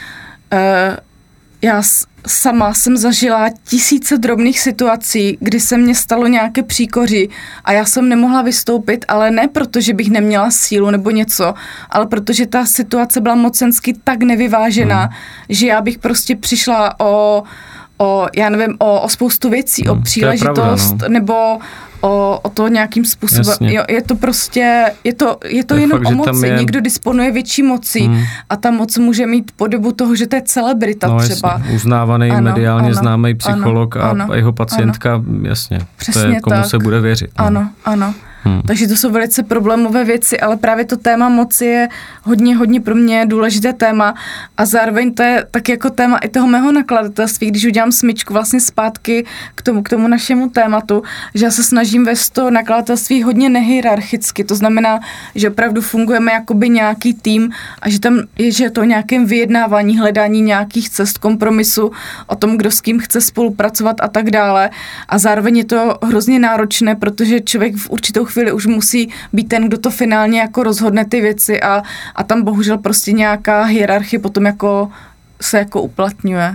Já sama jsem zažila tisíce drobných situací, kdy se mně stalo nějaké příkoří a já jsem nemohla vystoupit, ale ne proto, že bych neměla sílu nebo něco, ale protože ta situace byla mocensky tak nevyvážená, že já bych prostě přišla o o spoustu věcí, o příležitost, pravda, no. Nebo o to nějakým způsobem. Jo, je to prostě, je to jenom fakt, o moci. Někdo disponuje větší mocí a ta moc může mít podobu toho, že to je celebrita třeba. Jasně. Uznávaný, mediálně známý psycholog a jeho pacientka, jasně. Přesně to je, komu tak. se bude věřit. No. Ano. Takže to jsou velice problémové věci, ale právě to téma moci je hodně pro mě důležité téma a zároveň to je tak jako téma i toho mého nakladatelství, když udělám smyčku vlastně zpátky k tomu našemu tématu, že já se snažím vést to nakladatelství hodně nehierarchicky, to znamená, že opravdu fungujeme jakoby nějaký tým a že tam je to o nějakém vyjednávání, hledání nějakých cest kompromisu, o tom, kdo s kým chce spolupracovat a tak dále a zároveň je to hrozně náročné, protože člověk v určitou chvíli už musí být ten, kdo to finálně jako rozhodne ty věci a tam bohužel prostě nějaká hierarchie potom jako se jako uplatňuje.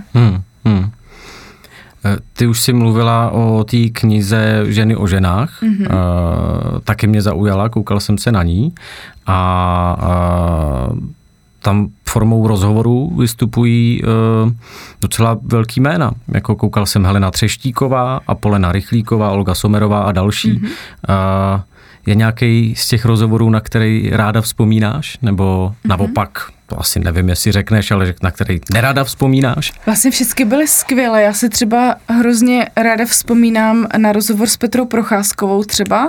Ty už jsi mluvila o té knize Ženy o ženách, taky mě zaujala, koukal jsem se na ní a tam formou rozhovorů vystupují docela velký jména. Jako koukal jsem Helena Třeštíková, Apolena Rychlíková, Olga Somerová a další. Je nějaký z těch rozhovorů, na který ráda vzpomínáš? Nebo naopak, to asi nevím, jestli řekneš, ale na který nerada vzpomínáš? Vlastně všechny byly skvělé. Já si třeba hrozně ráda vzpomínám na rozhovor s Petrou Procházkovou třeba,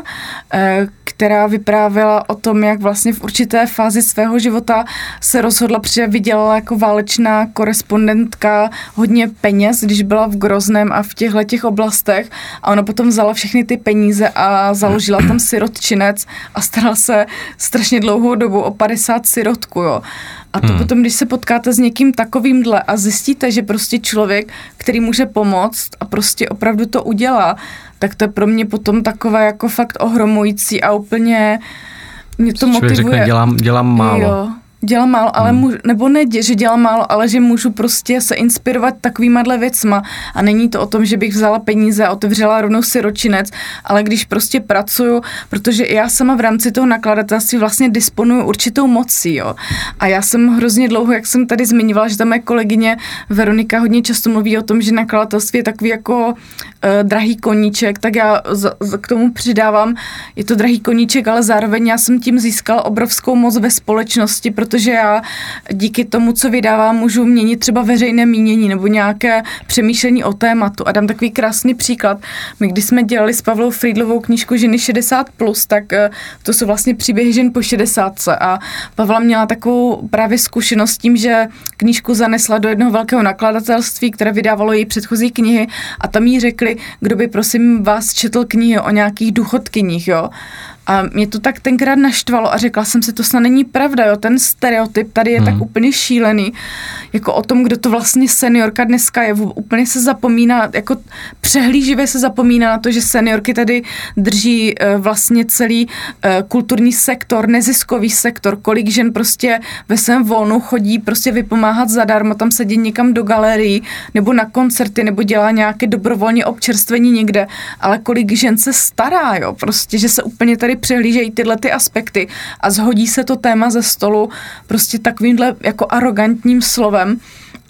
která vyprávěla o tom, jak vlastně v určité fázi svého života se rozhodla, protože vydělala jako válečná korespondentka hodně peněz, když byla v Grozném a v těchto oblastech a ona potom vzala všechny ty peníze a založila tam sirotčinec a starala se strašně dlouhou dobu o 50 sirotků, jo. A to potom, když se potkáte s někým takovýmhle a zjistíte, že prostě člověk, který může pomoct a prostě opravdu to udělá, tak to je pro mě potom takové jako fakt ohromující a úplně mě to motivuje. Člověk řekne, dělám málo. Jo. Dělám málo, ale nebo ne, že dělám málo, ale že můžu prostě se inspirovat takovýmadle věcma a není to o tom, že bych vzala peníze a otevřela rovnou sirotčinec, ale když prostě pracuju, protože já sama v rámci toho nakladatelství vlastně disponuju určitou mocí, jo. A já jsem hrozně dlouho, jak jsem tady zmiňovala, že ta moje kolegyně Veronika hodně často mluví o tom, že nakladatelství je takový jako drahý koníček, tak já k tomu přidávám, je to drahý koníček, ale zároveň já jsem tím získala obrovskou moc ve společnosti, protože já díky tomu, co vydávám, můžu měnit třeba veřejné mínění nebo nějaké přemýšlení o tématu. A dám takový krásný příklad. My, když jsme dělali s Pavlou Frýdlovou knížku Ženy 60+, tak to jsou vlastně příběhy žen po 60. A Pavla měla takovou právě zkušenost s tím, že knížku zanesla do jednoho velkého nakladatelství, které vydávalo její předchozí knihy a tam jí řekli, kdo by prosím vás četl knihy o nějakých důchodkyních, jo. A mě to tak tenkrát naštvalo a řekla jsem si, to snad není pravda, jo, ten stereotyp tady je tak úplně šílený, jako o tom, kdo to vlastně seniorka dneska je, úplně se zapomíná, jako přehlíživě se zapomíná na to, že seniorky tady drží vlastně celý kulturní sektor, neziskový sektor, kolik žen prostě ve svém volnu chodí prostě vypomáhat zadarmo, tam sedí někam do galerií, nebo na koncerty, nebo dělá nějaké dobrovolně občerstvení někde, ale kolik žen se stará, jo, prostě, že se úplně tady přehlížejí tyhle ty aspekty a zhodí se to téma ze stolu prostě takovýmhle jako arrogantním slovem.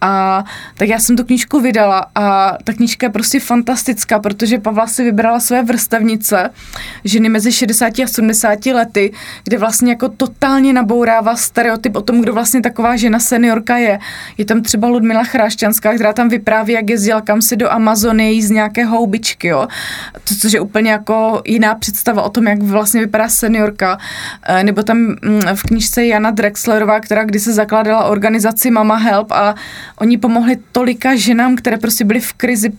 A tak já jsem tu knížku vydala a ta knížka je prostě fantastická, protože Pavla si vybrala své vrstevnice, ženy mezi 60 a 70 lety, kde vlastně jako totálně nabourává stereotyp o tom, kdo vlastně taková žena seniorka je. Je tam třeba Ludmila Chrášťanská, která tam vypráví, jak jezdila kamsi do Amazonie z nějaké houbičky, jo. Což je úplně jako jiná představa o tom, jak vlastně vypadá seniorka. Nebo tam v knížce Jana Drexlerová, která když se zakládala organizaci Mama Help a oni pomohli tolika ženám, které prostě byly v krizi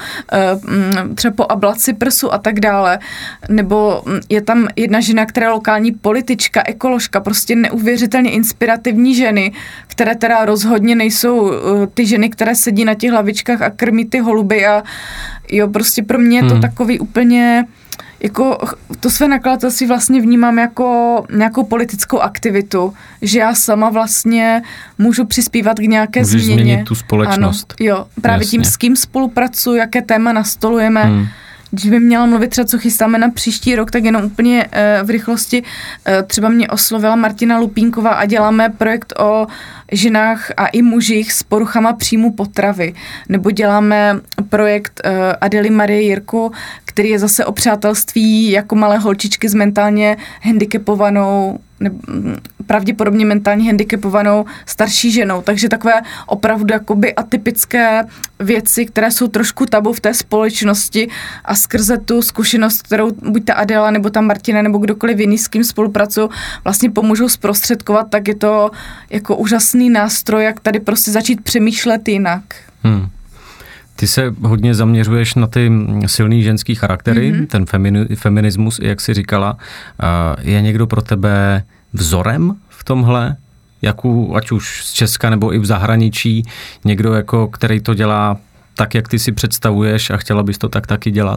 třeba po ablaci prsu a tak dále. Nebo je tam jedna žena, která je lokální politička, ekoložka, prostě neuvěřitelně inspirativní ženy, které teda rozhodně nejsou ty ženy, které sedí na těch lavičkách a krmí ty holuby a jo, prostě pro mě je to takový úplně jako to své nakladatelství vlastně vnímám jako nějakou politickou aktivitu, že já sama vlastně můžu přispívat k nějaké změně. Změnit tu společnost. Ano, jo, právě tím, s kým spolupracuji, jaké téma nastolujeme. Když by měla mluvit třeba, co chystáme na příští rok, tak jenom úplně v rychlosti třeba mě oslovila Martina Lupínková a děláme projekt o ženách a i mužích s poruchama příjmu potravy. Nebo děláme projekt Adely Marie Jirku, který je zase o přátelství jako malé holčičky s mentálně handicapovanou, pravděpodobně mentálně handicapovanou starší ženou. Takže takové opravdu jakoby atypické věci, které jsou trošku tabu v té společnosti a skrze tu zkušenost, kterou buď ta Adela, nebo ta Martina, nebo kdokoliv jiný, s kým spolupracují, vlastně pomůžou zprostředkovat, tak je to jako úžasný nástroj, jak tady prostě začít přemýšlet jinak. Ty se hodně zaměřuješ na ty silný ženský charaktery, ten feminismus, jak jsi říkala. Je někdo pro tebe vzorem v tomhle? Ať už z Česka nebo i v zahraničí, někdo, jako, který to dělá tak, jak ty si představuješ a chtěla bys to tak taky dělat?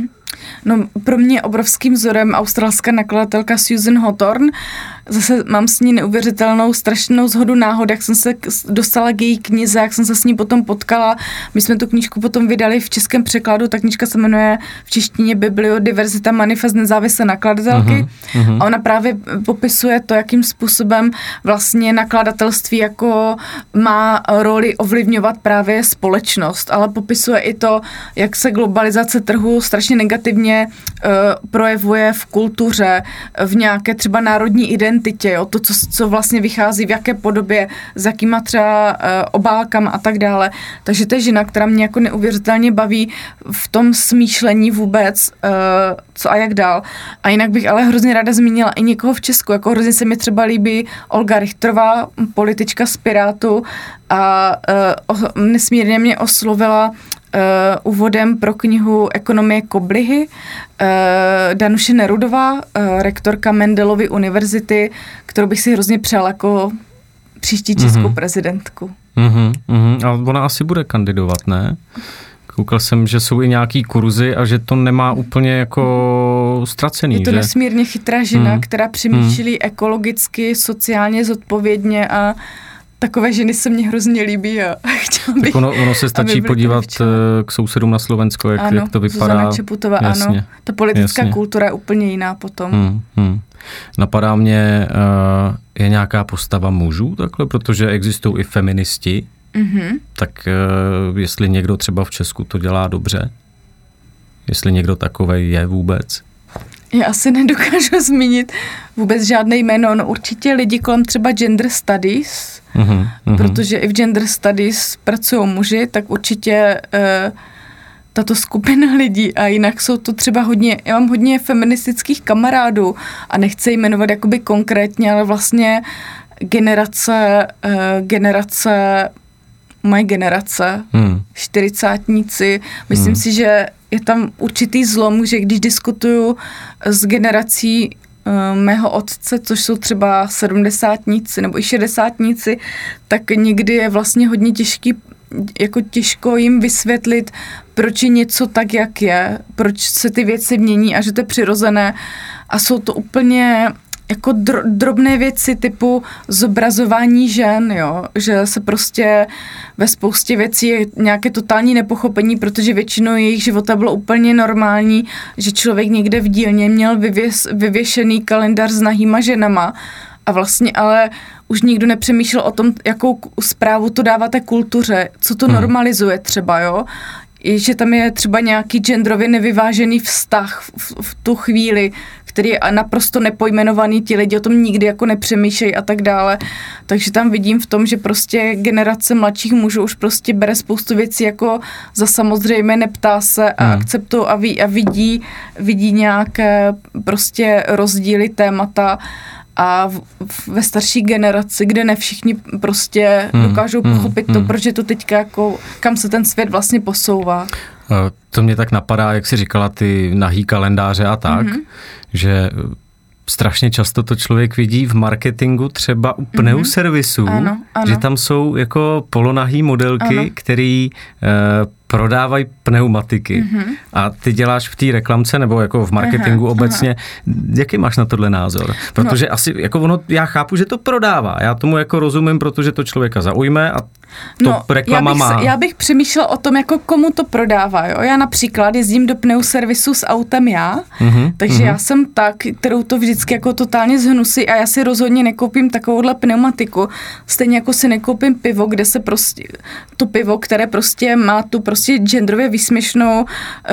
No, pro mě obrovským vzorem australská nakladatelka Susan Hawthorne. Zase mám s ní neuvěřitelnou, strašnou shodu náhod, jak jsem se dostala k její knize, jak jsem se s ní potom potkala. My jsme tu knížku potom vydali v českém překladu, ta knížka se jmenuje v češtině Bibliodiverzita manifest nezávislé nakladatelky. A ona právě popisuje to, jakým způsobem vlastně nakladatelství jako má roli ovlivňovat právě společnost, ale popisuje i to, jak se globalizace trhu strašně negativně projevuje v kultuře, v nějaké třeba národní identitě, jo? To, co vlastně vychází, v jaké podobě, s jakýma třeba obálkama a tak dále. Takže to je žena, která mě jako neuvěřitelně baví v tom smýšlení vůbec, co a jak dál. A jinak bych ale hrozně ráda zmínila i někoho v Česku, jako hrozně se mi třeba líbí Olga Richtrová, politička z Pirátu, a nesmírně mě oslovila úvodem pro knihu Ekonomie koblihy Danuše Nerudová, rektorka Mendelovy univerzity, kterou bych si hrozně přála jako příští českou prezidentku. A ona asi bude kandidovat, ne? Koukal jsem, že jsou i nějaký kurzy a že to nemá úplně jako ztracený. Je to že? nesmírně chytrá žena, která přemýšlí ekologicky, sociálně zodpovědně a takové ženy se mně hrozně líbí a chtěla bych, tak ono se stačí podívat k sousedům na Slovensko, jak to vypadá. Zuzana Čeputová, ano. Ta politická kultura je úplně jiná potom. Napadá mě, je nějaká postava mužů takhle, protože existují i feministi, tak jestli někdo třeba v Česku to dělá dobře, jestli někdo takovej je vůbec. Já asi nedokážu zmínit vůbec žádné jméno, no určitě lidi kolem třeba gender studies, protože i v gender studies pracují muži, tak určitě tato skupina lidí a jinak jsou to třeba já mám hodně feministických kamarádů a nechci jmenovat jakoby konkrétně, ale vlastně moje generace, 40tníci, myslím si, že je tam určitý zlom, že když diskutuju s generací mého otce, což jsou třeba 70tníci nebo i 60tníci, tak někdy je vlastně hodně těžko jim vysvětlit, proč je něco tak, jak je, proč se ty věci mění a že to je přirozené a jsou to úplně jako drobné věci typu zobrazování žen, jo, že se prostě ve spoustě věcí je nějaké totální nepochopení, protože většinou jejich života bylo úplně normální, že člověk někde v dílně měl vyvěšený kalendář s nahýma ženama a vlastně ale už nikdo nepřemýšlel o tom, jakou zprávu to dává té kultuře, co to normalizuje třeba, jo. I že tam je třeba nějaký genderově nevyvážený vztah v tu chvíli, který je naprosto nepojmenovaný, ti lidi o tom nikdy jako nepřemýšlejí a tak dále. Takže tam vidím v tom, že prostě generace mladších mužů už prostě bere spoustu věcí jako za samozřejmé, neptá se a akceptují a vidí nějaké prostě rozdíly, témata. A ve starší generaci, kde ne všichni prostě dokážou pochopit to, proč je to teďka jako, kam se ten svět vlastně posouvá. To mě tak napadá, jak jsi říkala, ty nahý kalendáře a tak, že strašně často to člověk vidí v marketingu třeba u pneuservisů, že tam jsou jako polonahý modelky, který prodávají pneumatiky. A ty děláš v té reklamce nebo jako v marketingu obecně. Jaký máš na tohle názor? Protože asi jako já chápu, že to prodává. Já tomu jako rozumím, protože to člověka zaujme a reklama má. Já bych přemýšlela o tom, jako komu to prodává. Jo? Já například jezdím do pneuservisu s autem takže já jsem ta, kterou to vždycky jako totálně zhnusí a já si rozhodně nekoupím takovouhle pneumatiku. Stejně jako si nekoupím pivo, kde se prostě, to pivo, které prostě má tu prostě genderově výsměšnou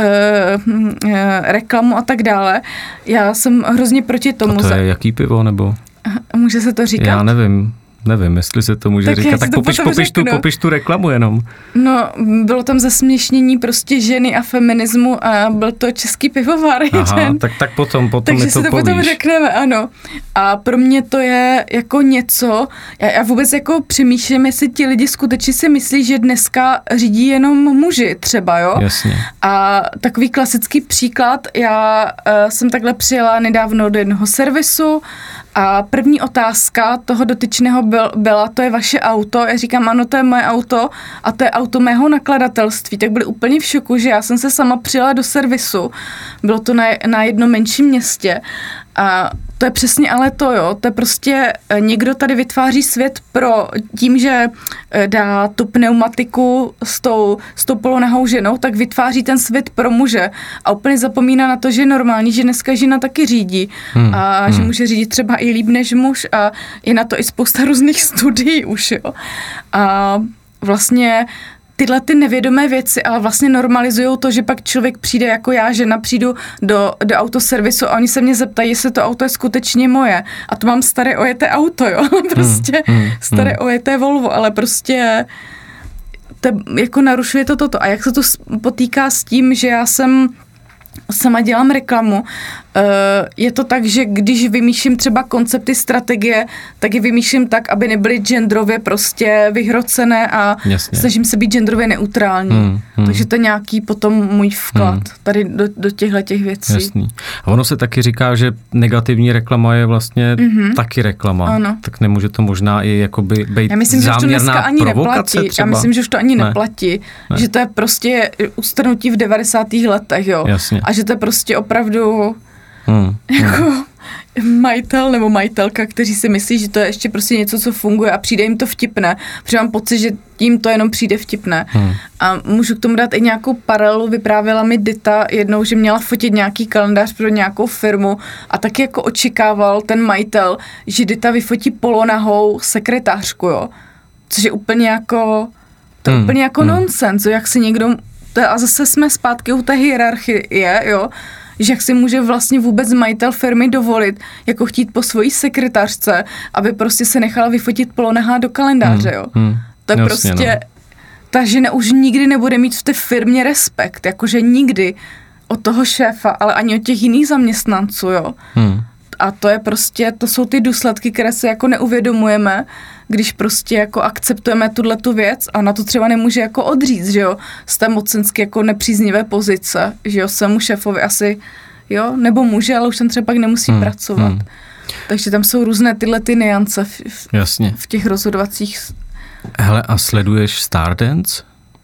reklamu a tak dále. Já jsem hrozně proti tomu. A to je jaký pivo, nebo? Může se to říkat? Já nevím, jestli se to může tak říkat. Tak popiš tu reklamu jenom. No, bylo tam zesměšnění prostě ženy a feminismu a byl to český pivovar. Aha, tak potom takže mi to povíš. Takže si to povíš. potom řekneme, ano. A pro mě to je jako něco, já vůbec jako přemýšlím, jestli ti lidi skutečně si myslí, že dneska řídí jenom muži třeba, jo? Jasně. A takový klasický příklad, já jsem takhle přijela nedávno do jednoho servisu a první otázka toho dotyčného byla, to je vaše auto. Já říkám, ano, to je moje auto a to je auto mého nakladatelství. Tak byli úplně v šoku, že já jsem se sama přijela do servisu. Bylo to na jednom menším městě. A to je přesně ale to, jo. To je prostě někdo tady vytváří svět pro tím, že dá tu pneumatiku s tou polonahou ženou, tak vytváří ten svět pro muže. A úplně zapomíná na to, že je normální, že dneska žena taky řídí. A že může řídit třeba i líp než muž a je na to i spousta různých studií už, jo. A vlastně tyhle ty nevědomé věci, ale vlastně normalizujou to, že pak člověk přijde jako já, žena, přijdu do autoservisu a oni se mě zeptají, jestli to auto je skutečně moje. A to mám staré ojeté auto, jo. Prostě staré ojeté Volvo, ale prostě jako narušuje to toto. A jak se to potýká s tím, že já sama dělám reklamu. Je to tak, že když vymýšlím třeba koncepty, strategie, tak je vymýšlím tak, aby nebyly genderově prostě vyhrocené a snažím se být genderově neutrální. Takže to je nějaký potom můj vklad tady do těchto věcí. Jasný. A ono se taky říká, že negativní reklama je vlastně taky reklama. Ano. Tak nemůže to možná i jakoby být Já myslím, že už to dneska ani neplatí. Já myslím, že už to ani neplatí. Že to je prostě ustrnutí v 90. letech, jo. Jasně. A že to je prostě opravdu jako majitel nebo majitelka, kteří si myslí, že to je ještě prostě něco, co funguje a přijde jim to vtipné. Protože mám pocit, že jim to jenom přijde vtipné. A můžu k tomu dát i nějakou paralelu. Vyprávěla mi Dita jednou, že měla fotit nějaký kalendář pro nějakou firmu a taky jako očekával ten majitel, že Dita vyfotí polonahou sekretářku, jo. Což je úplně jako to je úplně jako nonsens, jak si někdo a zase jsme zpátky u té hierarchie, jo, že jak si může vlastně vůbec majitel firmy dovolit, jako chtít po svojí sekretářce, aby prostě se nechala vyfotit polonahá do kalendáře, jo. To je jasně, prostě, ta žena už nikdy nebude mít v té firmě respekt, jakože nikdy od toho šéfa, ale ani od těch jiných zaměstnanců, jo. A to je prostě, to jsou ty důsledky, které se jako neuvědomujeme, když prostě jako akceptujeme tuhletu věc a na to třeba nemůže jako odříct, že jo, z té mocensky jako nepříznivé pozice, že jo, svému šéfovi asi, jo, nebo může, ale už tam třeba pak nemusí pracovat. Takže tam jsou různé tyhle ty nuance v těch rozhodovacích. Hele, a sleduješ Stardance?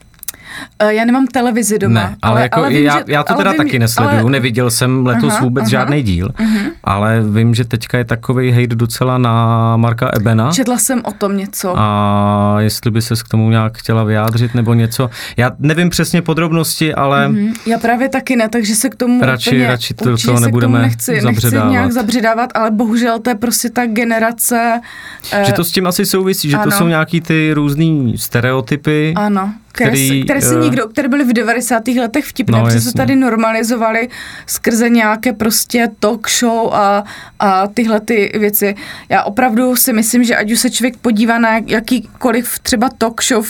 Já nemám televizi doma. Ne, ale vím, já to teda taky nesleduju, neviděl jsem letos vůbec žádný díl, ale vím, že teďka je takovej hejt docela na Marka Ebena. Četla jsem o tom něco. A jestli by ses k tomu nějak chtěla vyjádřit nebo něco. Já nevím přesně podrobnosti, ale... Já právě taky ne, takže se k tomu radši to nebudeme nechci nějak zabředávat, ale bohužel to je prostě ta generace... Že to s tím asi souvisí, že to jsou nějaký ty různý stereotypy. Ano. Které byly v 90. letech vtipné, protože se tady normalizovali skrze nějaké prostě talk show a tyhle ty věci. Já opravdu si myslím, že ať už se člověk podívá na jakýkoliv třeba talk show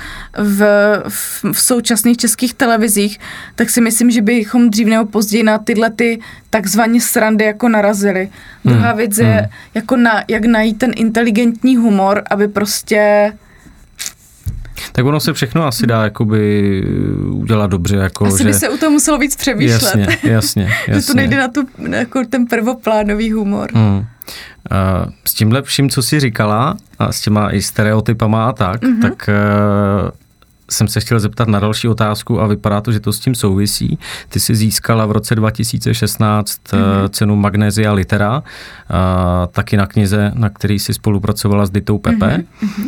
v současných českých televizích, tak si myslím, že bychom dřív nebo později na tyhle ty takzvaně srandy jako narazili. Druhá věc je, jako jak najít ten inteligentní humor, aby prostě... Tak ono se všechno asi dá jakoby udělat dobře. Jako, asi by se u toho muselo víc přemýšlet. Jasně. Že to nejde na jako ten prvoplánový humor. S tímhle vším, co jsi říkala, a s těma i stereotypama a tak jsem se chtěl zeptat na další otázku a vypadá to, že to s tím souvisí. Ty jsi získala v roce 2016 cenu Magnesia Litera, taky na knize, na který jsi spolupracovala s Ditou Pepe.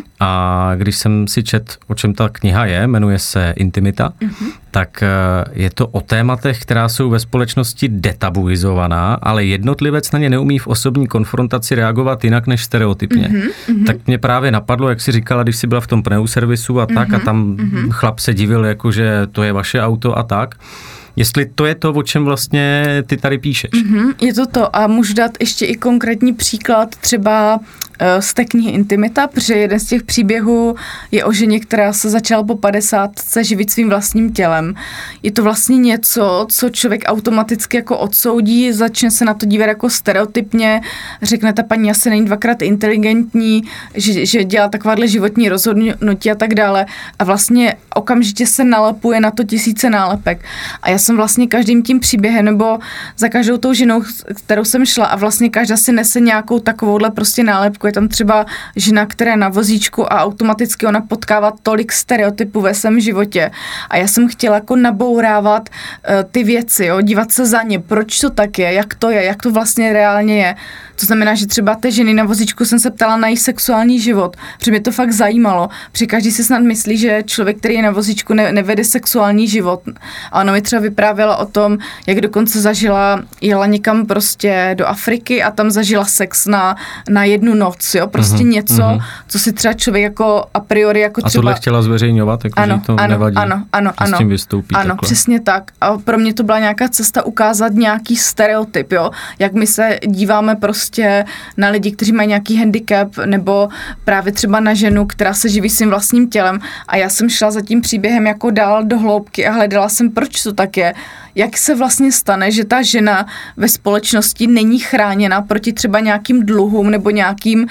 A když jsem si čet, o čem ta kniha je, jmenuje se Intimita, tak je to o tématech, která jsou ve společnosti detabuizovaná, ale jednotlivec na ně neumí v osobní konfrontaci reagovat jinak než stereotypně. Tak mě právě napadlo, jak jsi říkala, když jsi byla v tom pneuservisu a tak a tam chlap se divil, jako že to je vaše auto a tak. Jestli to je to, o čem vlastně ty tady píšeš. Je to a můžu dát ještě i konkrétní příklad třeba z té knihy Intimita, protože jeden z těch příběhů je o ženě, která se začala po 50 živit svým vlastním tělem. Je to vlastně něco, co člověk automaticky jako odsoudí, začne se na to dívat jako stereotypně, řekne, ta paní asi není dvakrát inteligentní, že dělá takováhle životní rozhodnutí a tak dále. A vlastně okamžitě se nalepuje na to tisíce nálepek. A já jsem vlastně každým tím příběhem nebo za každou tou ženou, kterou jsem šla a vlastně každá si nese nějakou takovouhle prostě nálepku. Je tam třeba žena, která je na vozíčku a automaticky ona potkává tolik stereotypů ve svém životě. A já jsem chtěla jako nabourávat ty věci, jo, dívat se za ně, proč to tak je, jak to vlastně reálně je. To znamená, že třeba té ženy na vozíčku jsem se ptala na její sexuální život, protože mě to fakt zajímalo. Protože každý si snad myslí, že člověk, který je na vozíčku, nevede sexuální život. A ona mi třeba vyprávěla o tom, jak dokonce jela někam prostě do Afriky a tam zažila sex na jednu noc, jo, prostě něco, co si třeba člověk jako a priori jako třeba... A tohle chtěla zveřejňovat, jako že to nevadí. Ano, s tím vystoupí. Ano, takhle. přesně tak. A pro mě to byla nějaká cesta ukázat nějaký stereotyp, jo, jak my se díváme prostě na lidi, kteří mají nějaký handicap, nebo právě třeba na ženu, která se živí svým vlastním tělem. A já jsem šla za tím příběhem jako dál do hloubky a hledala jsem, proč to tak je. Jak se vlastně stane, že ta žena ve společnosti není chráněna proti třeba nějakým dluhům nebo nějakým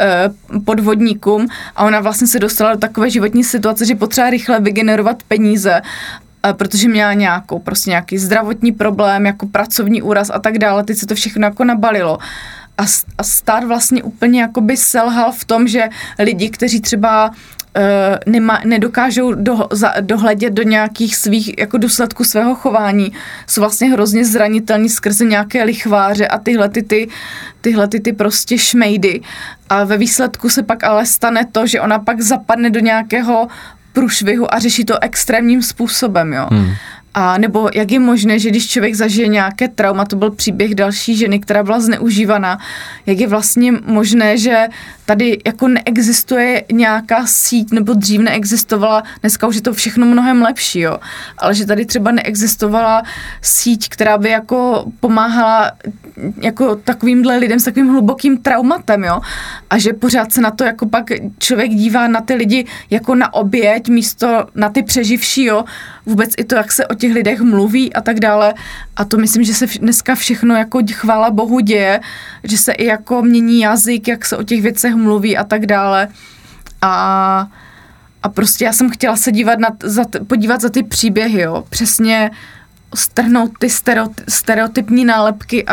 podvodníkům a ona vlastně se dostala do takové životní situace, že potřeba rychle vygenerovat peníze, protože měla nějaký zdravotní problém, jako pracovní úraz a tak dále. Teď se to všechno jako nabalilo. A stát vlastně úplně jakoby selhal v tom, že lidi, kteří třeba nedokážou dohledět do nějakých svých jako důsledků svého chování, jsou vlastně hrozně zranitelní skrze nějaké lichváře a tyhle ty prostě šmejdy. A ve výsledku se pak ale stane to, že ona pak zapadne do nějakého průšvihu a řeší to extrémním způsobem, jo. A nebo jak je možné, že když člověk zažije nějaké trauma, to byl příběh další ženy, která byla zneužívaná, jak je vlastně možné, že tady jako neexistuje nějaká síť, nebo dřív neexistovala, dneska už je to všechno mnohem lepší, jo, ale že tady třeba neexistovala síť, která by jako pomáhala jako takovýmhle lidem s takovým hlubokým traumatem, jo, a že pořád se na to jako pak člověk dívá na ty lidi jako na oběť místo na ty přeživší, jo, vůbec i to, jak se o těch lidech mluví a tak dále. A to myslím, že se dneska všechno jako chvála Bohu děje, že se i jako mění jazyk, jak se o těch věcech mluví a tak dále. A prostě já jsem chtěla se podívat za ty příběhy, jo. Přesně strhnout ty stereotypní nálepky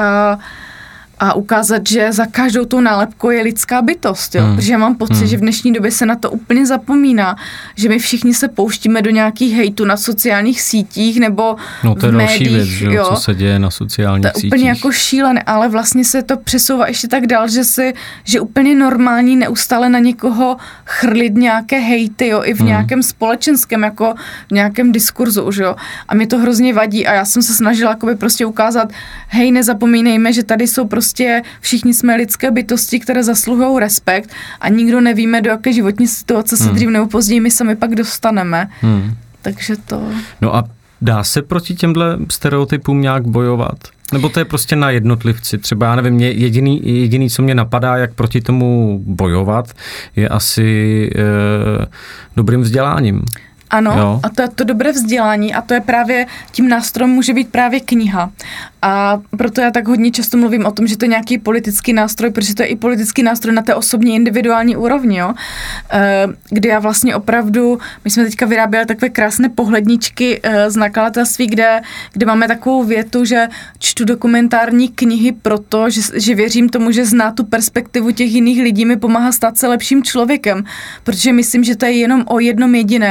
a ukázat, že za každou tou nálepkou je lidská bytost, jo? Protože já mám pocit, že v dnešní době se na to úplně zapomíná, že my všichni se pouštíme do nějakých hejtů na sociálních sítích nebo to je v médiích, další věc, že jo, co se děje na sociálních sítích. To je úplně jako šílené, ale vlastně se to přesouvá ještě tak dál, že úplně normální neustále na někoho chrlit nějaké hejty, jo, i v nějakém společenském, jako v nějakém diskurzu už, jo. A mě to hrozně vadí a já jsem se snažila jakoby prostě ukázat, hej, nezapomínejme, že tady jsou prostě všichni jsme lidské bytosti, které zasluhují respekt a nikdo nevíme, do jaké životní situace se dřív nebo později my sami pak dostaneme. Takže to... No a dá se proti těmhle stereotypům nějak bojovat? Nebo to je prostě na jednotlivci? Třeba, já nevím, jediný, co mě napadá, jak proti tomu bojovat, je asi dobrým vzděláním. Ano, jo. A to je to dobré vzdělání a to je právě, tím nástrojem může být právě kniha. A proto já tak hodně často mluvím o tom, že to je nějaký politický nástroj, protože to je i politický nástroj na té osobní individuální úrovni, jo. Kde já vlastně opravdu, my jsme teďka vyráběli takové krásné pohledničky z nakladatelství, kde máme takovou větu, že čtu dokumentární knihy proto, že věřím tomu, že zná tu perspektivu těch jiných lidí, mi pomáhá stát se lepším člověkem, protože myslím, že to je jenom o jednom jediném.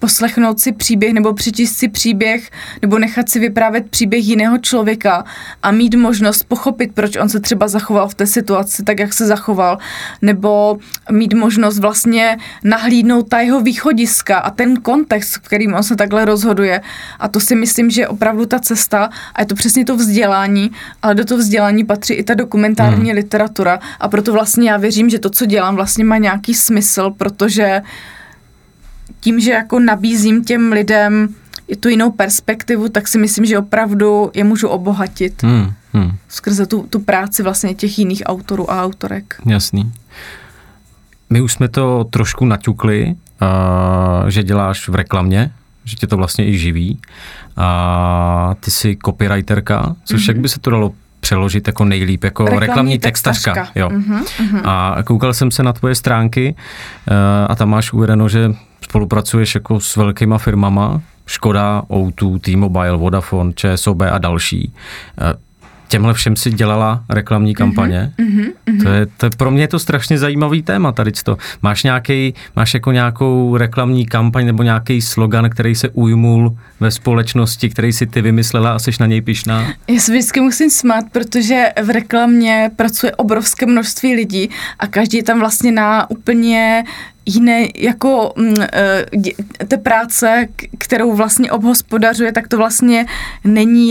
poslechnout si příběh nebo přečíst si příběh nebo nechat si vyprávět příběh jiného člověka a mít možnost pochopit, proč on se třeba zachoval v té situaci tak, jak se zachoval, nebo mít možnost vlastně nahlídnout ta jeho východiska a ten kontext, v kterým on se takhle rozhoduje. A to si myslím, že je opravdu ta cesta a je to přesně to vzdělání, ale do toho vzdělání patří i ta dokumentární literatura a proto vlastně já věřím, že to, co dělám, vlastně má nějaký smysl, protože tím, že jako nabízím těm lidem i tu jinou perspektivu, tak si myslím, že opravdu je můžu obohatit skrze tu práci vlastně těch jiných autorů a autorek. Jasný. My už jsme to trošku naťukli, že děláš v reklamě, že tě to vlastně i živí. A ty jsi copywriterka, což jak by se to dalo přeložit jako nejlíp, jako reklamní textařka. Jo. A koukal jsem se na tvoje stránky a tam máš uvedeno, že spolupracuješ jako s velkýma firmama, Škoda, O2, T-Mobile, Vodafone, ČSOB a další. Těmhle všem si dělala reklamní kampaně. To je pro mě je to strašně zajímavý téma tady to. Máš jako nějakou reklamní kampaň nebo nějaký slogan, který se ujmul ve společnosti, který si ty vymyslela a jsi na něj pyšná? Já se vždycky musím smát, protože v reklamě pracuje obrovské množství lidí a každý je tam vlastně na úplně jiné, jako té práce, kterou vlastně obhospodařuje, tak to vlastně není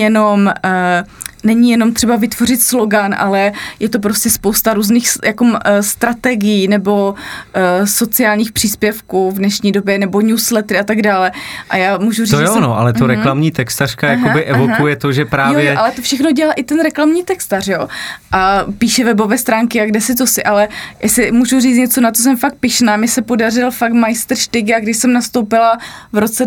jenom třeba vytvořit slogan, ale je to prostě spousta různých jako strategií nebo sociálních příspěvků v dnešní době, nebo newslettery a tak dále. A já můžu říct, to je ono, ale to reklamní textařka jakoby evokuje to, že právě... Jo, ale to všechno dělá i ten reklamní textař, jo. A píše webové stránky a kde si to si, ale jestli můžu říct něco, na to jsem fakt pyšná, mi se podařil fakt majstrštyk, a když jsem nastoupila v roce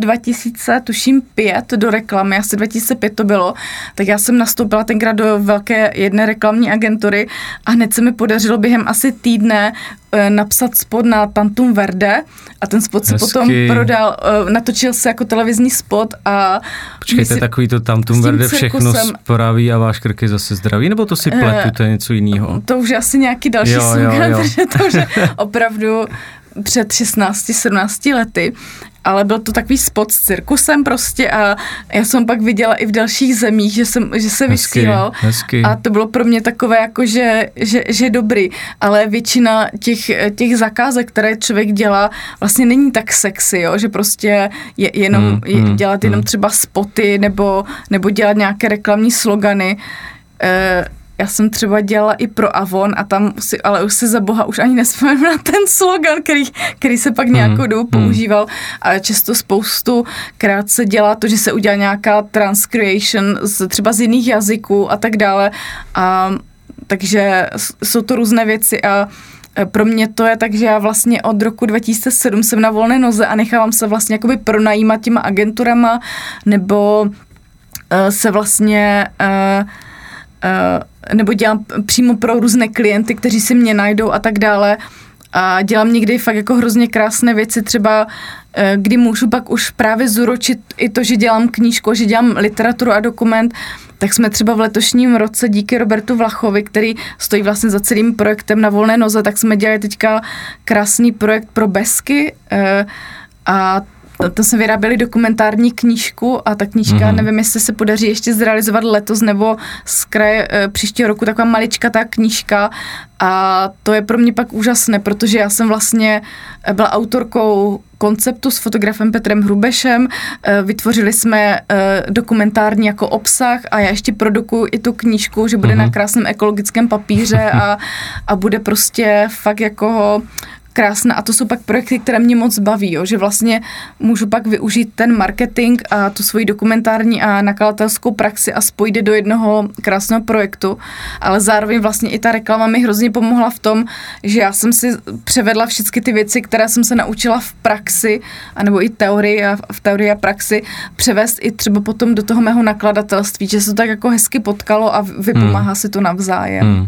2005 do reklamy, asi 2005 to bylo, tak já jsem nastoupila tenkrát do velké jedné reklamní agentury a hned se mi podařilo během asi týdne napsat spot na Tantum Verde a ten spot se potom prodal, natočil se jako televizní spot a... Počkejte, takový to Tantum Verde všechno spraví a váš krk je zase zdravý, nebo to si pletu, to je něco jiného? To už je asi nějaký další slogan, protože to už je opravdu před 16-17 lety. Ale byl to takový spot s cirkusem prostě a já jsem pak viděla i v dalších zemích, že se vysílal. Hezky. A to bylo pro mě takové jako, že dobrý, ale většina těch zakázek, které člověk dělá, vlastně není tak sexy, jo? Že prostě dělat jenom třeba spoty nebo dělat nějaké reklamní slogany. Já jsem třeba dělala i pro Avon a tam ale už se za boha už ani nespomínám na ten slogan, který se pak nějakou dobu používal a často spoustukrát se dělá to, že se udělá nějaká transcreation třeba z jiných jazyků a tak dále. Takže jsou to různé věci a pro mě to je tak, že já vlastně od roku 2007 jsem na volné noze a nechávám se vlastně jakoby pronajímat těma agenturama nebo se vlastně nebo dělám přímo pro různé klienty, kteří si mě najdou a tak dále. A dělám někdy fakt jako hrozně krásné věci, třeba kdy můžu pak už právě zúročit i to, že dělám knížku, že dělám literaturu a dokument, tak jsme třeba v letošním roce díky Robertu Vlachovi, který stojí vlastně za celým projektem Na volné noze, tak jsme dělali teďka krásný projekt pro Besky a to jsme vyráběli dokumentární knížku a ta knížka, nevím, jestli se podaří ještě zrealizovat letos nebo z kraje příštího roku, taková maličkatá knížka a to je pro mě pak úžasné, protože já jsem vlastně byla autorkou konceptu s fotografem Petrem Hrubešem, vytvořili jsme dokumentární jako obsah a já ještě produkuju i tu knížku, že bude na krásném ekologickém papíře a bude prostě fakt jako krásná a to jsou pak projekty, které mě moc baví, jo, že vlastně můžu pak využít ten marketing a tu svoji dokumentární a nakladatelskou praxi a spojit do jednoho krásného projektu, ale zároveň vlastně i ta reklama mi hrozně pomohla v tom, že já jsem si převedla všechny ty věci, které jsem se naučila v praxi, anebo i v teorii a praxi, převést i třeba potom do toho mého nakladatelství, že se to tak jako hezky potkalo a vypomáhá si to navzájem.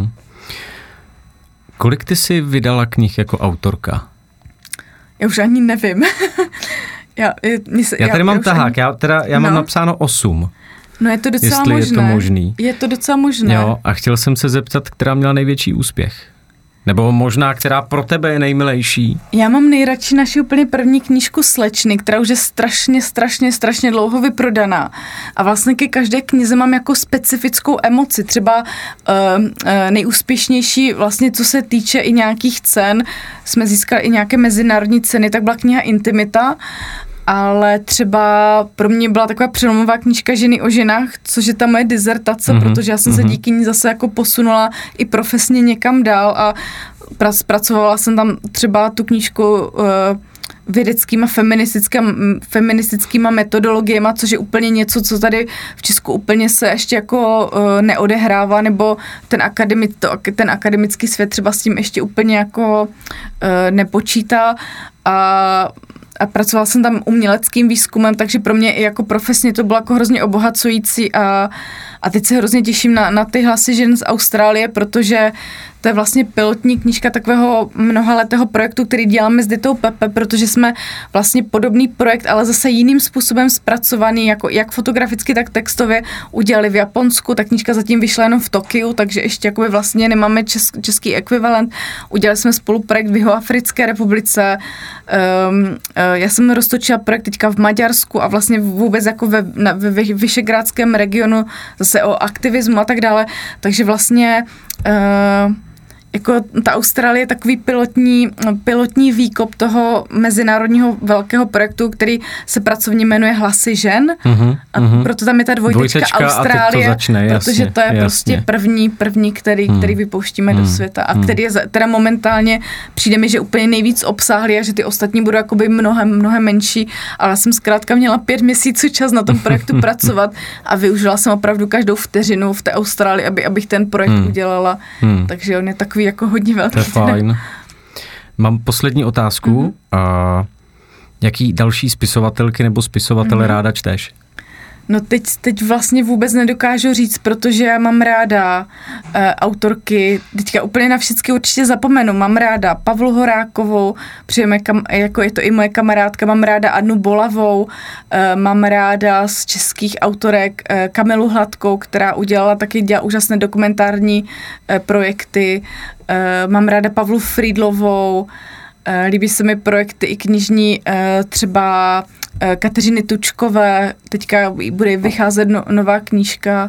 Kolik ty jsi vydala knih jako autorka? Já už ani nevím. já tady mám tahák, já mám napsáno 8. No je to docela možné. Je to možný. Je to docela možné. Jo, a chtěl jsem se zeptat, která měla největší úspěch. Nebo možná, která pro tebe je nejmilejší? Já mám nejradši naši úplně první knížku Slečny, která už je strašně dlouho vyprodaná. A vlastně ke každé knize mám jako specifickou emoci. Třeba nejúspěšnější vlastně, co se týče i nějakých cen, jsme získali i nějaké mezinárodní ceny, tak byla kniha Intimita, ale třeba pro mě byla taková přelomová knížka Ženy o ženách, což je ta moje dizertace, protože já jsem se díky ní zase jako posunula i profesně někam dál a zpracovala jsem tam třeba tu knížku vědeckýma feministickýma metodologiemi, což je úplně něco, co tady v Česku úplně se ještě jako neodehrává, nebo ten akademický svět třeba s tím ještě úplně jako nepočítá a pracovala jsem tam uměleckým výzkumem, takže pro mě i jako profesně to bylo jako hrozně obohacující a teď se hrozně těším na ty hlasy žen z Austrálie, protože to je vlastně pilotní knížka takového mnohaletého projektu, který děláme s Ditou Pepe, protože jsme vlastně podobný projekt, ale zase jiným způsobem zpracovaný, jako jak fotograficky, tak textově udělali v Japonsku. Ta knížka zatím vyšla jenom v Tokiu, takže ještě jakoby vlastně nemáme český ekvivalent. Udělali jsme spolu projekt v Jihoafrické republice. Já jsem roztočila projekt teďka v Maďarsku a vlastně vůbec jako ve Vyšegrádském regionu zase o aktivismu a tak dále. Takže vlastně jako ta Austrálie je takový pilotní výkop toho mezinárodního velkého projektu, který se pracovně jmenuje Hlasy žen. A proto tam je ta dvojtečka Austrálie, začne, protože to je prostě první, který vypouštíme do světa a který je teda momentálně, přijde mi, že úplně nejvíc obsáhlý a že ty ostatní budou jakoby mnohem menší, ale já jsem zkrátka měla 5 měsíců čas na tom projektu pracovat a využila jsem opravdu každou vteřinu v té Austrálii, abych ten projekt udělala. Takže on je takový jako hodně velký. To je fajn. Mám poslední otázku. Jaký další spisovatelky nebo spisovatele ráda čteš? No teď vlastně vůbec nedokážu říct, protože já mám ráda autorky, teďka úplně na všechny určitě zapomenu, mám ráda Pavlu Horákovou, jako je to i moje kamarádka, mám ráda Annu Bolavou, mám ráda z českých autorek Kamilu Hladkou, která dělá úžasné dokumentární projekty, mám ráda Pavlu Frýdlovou, líbí se mi projekty i knižní, třeba Kateřiny Tučkové, teďka bude vycházet nová knížka.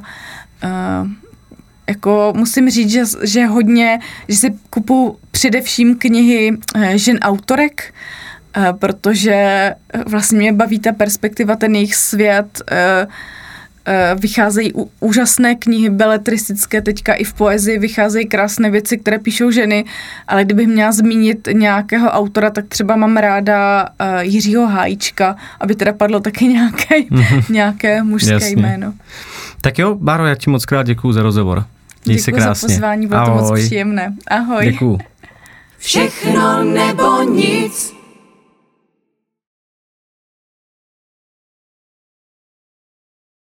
Jako musím říct, že si kupuju především knihy žen autorek, protože vlastně mě baví ta perspektiva, ten jejich svět. Vycházejí úžasné knihy beletristické, teďka i v poezii vycházejí krásné věci, které píšou ženy, ale kdybych měla zmínit nějakého autora, tak třeba mám ráda Jiřího Hájíčka, aby teda padlo taky nějaké mužské jméno. Tak jo, Báro, já ti moc krát děkuju za rozhovor. Děkuji se krásně. Za pozvání, bylo to moc příjemné. Ahoj. Děkuju. Všechno nebo nic.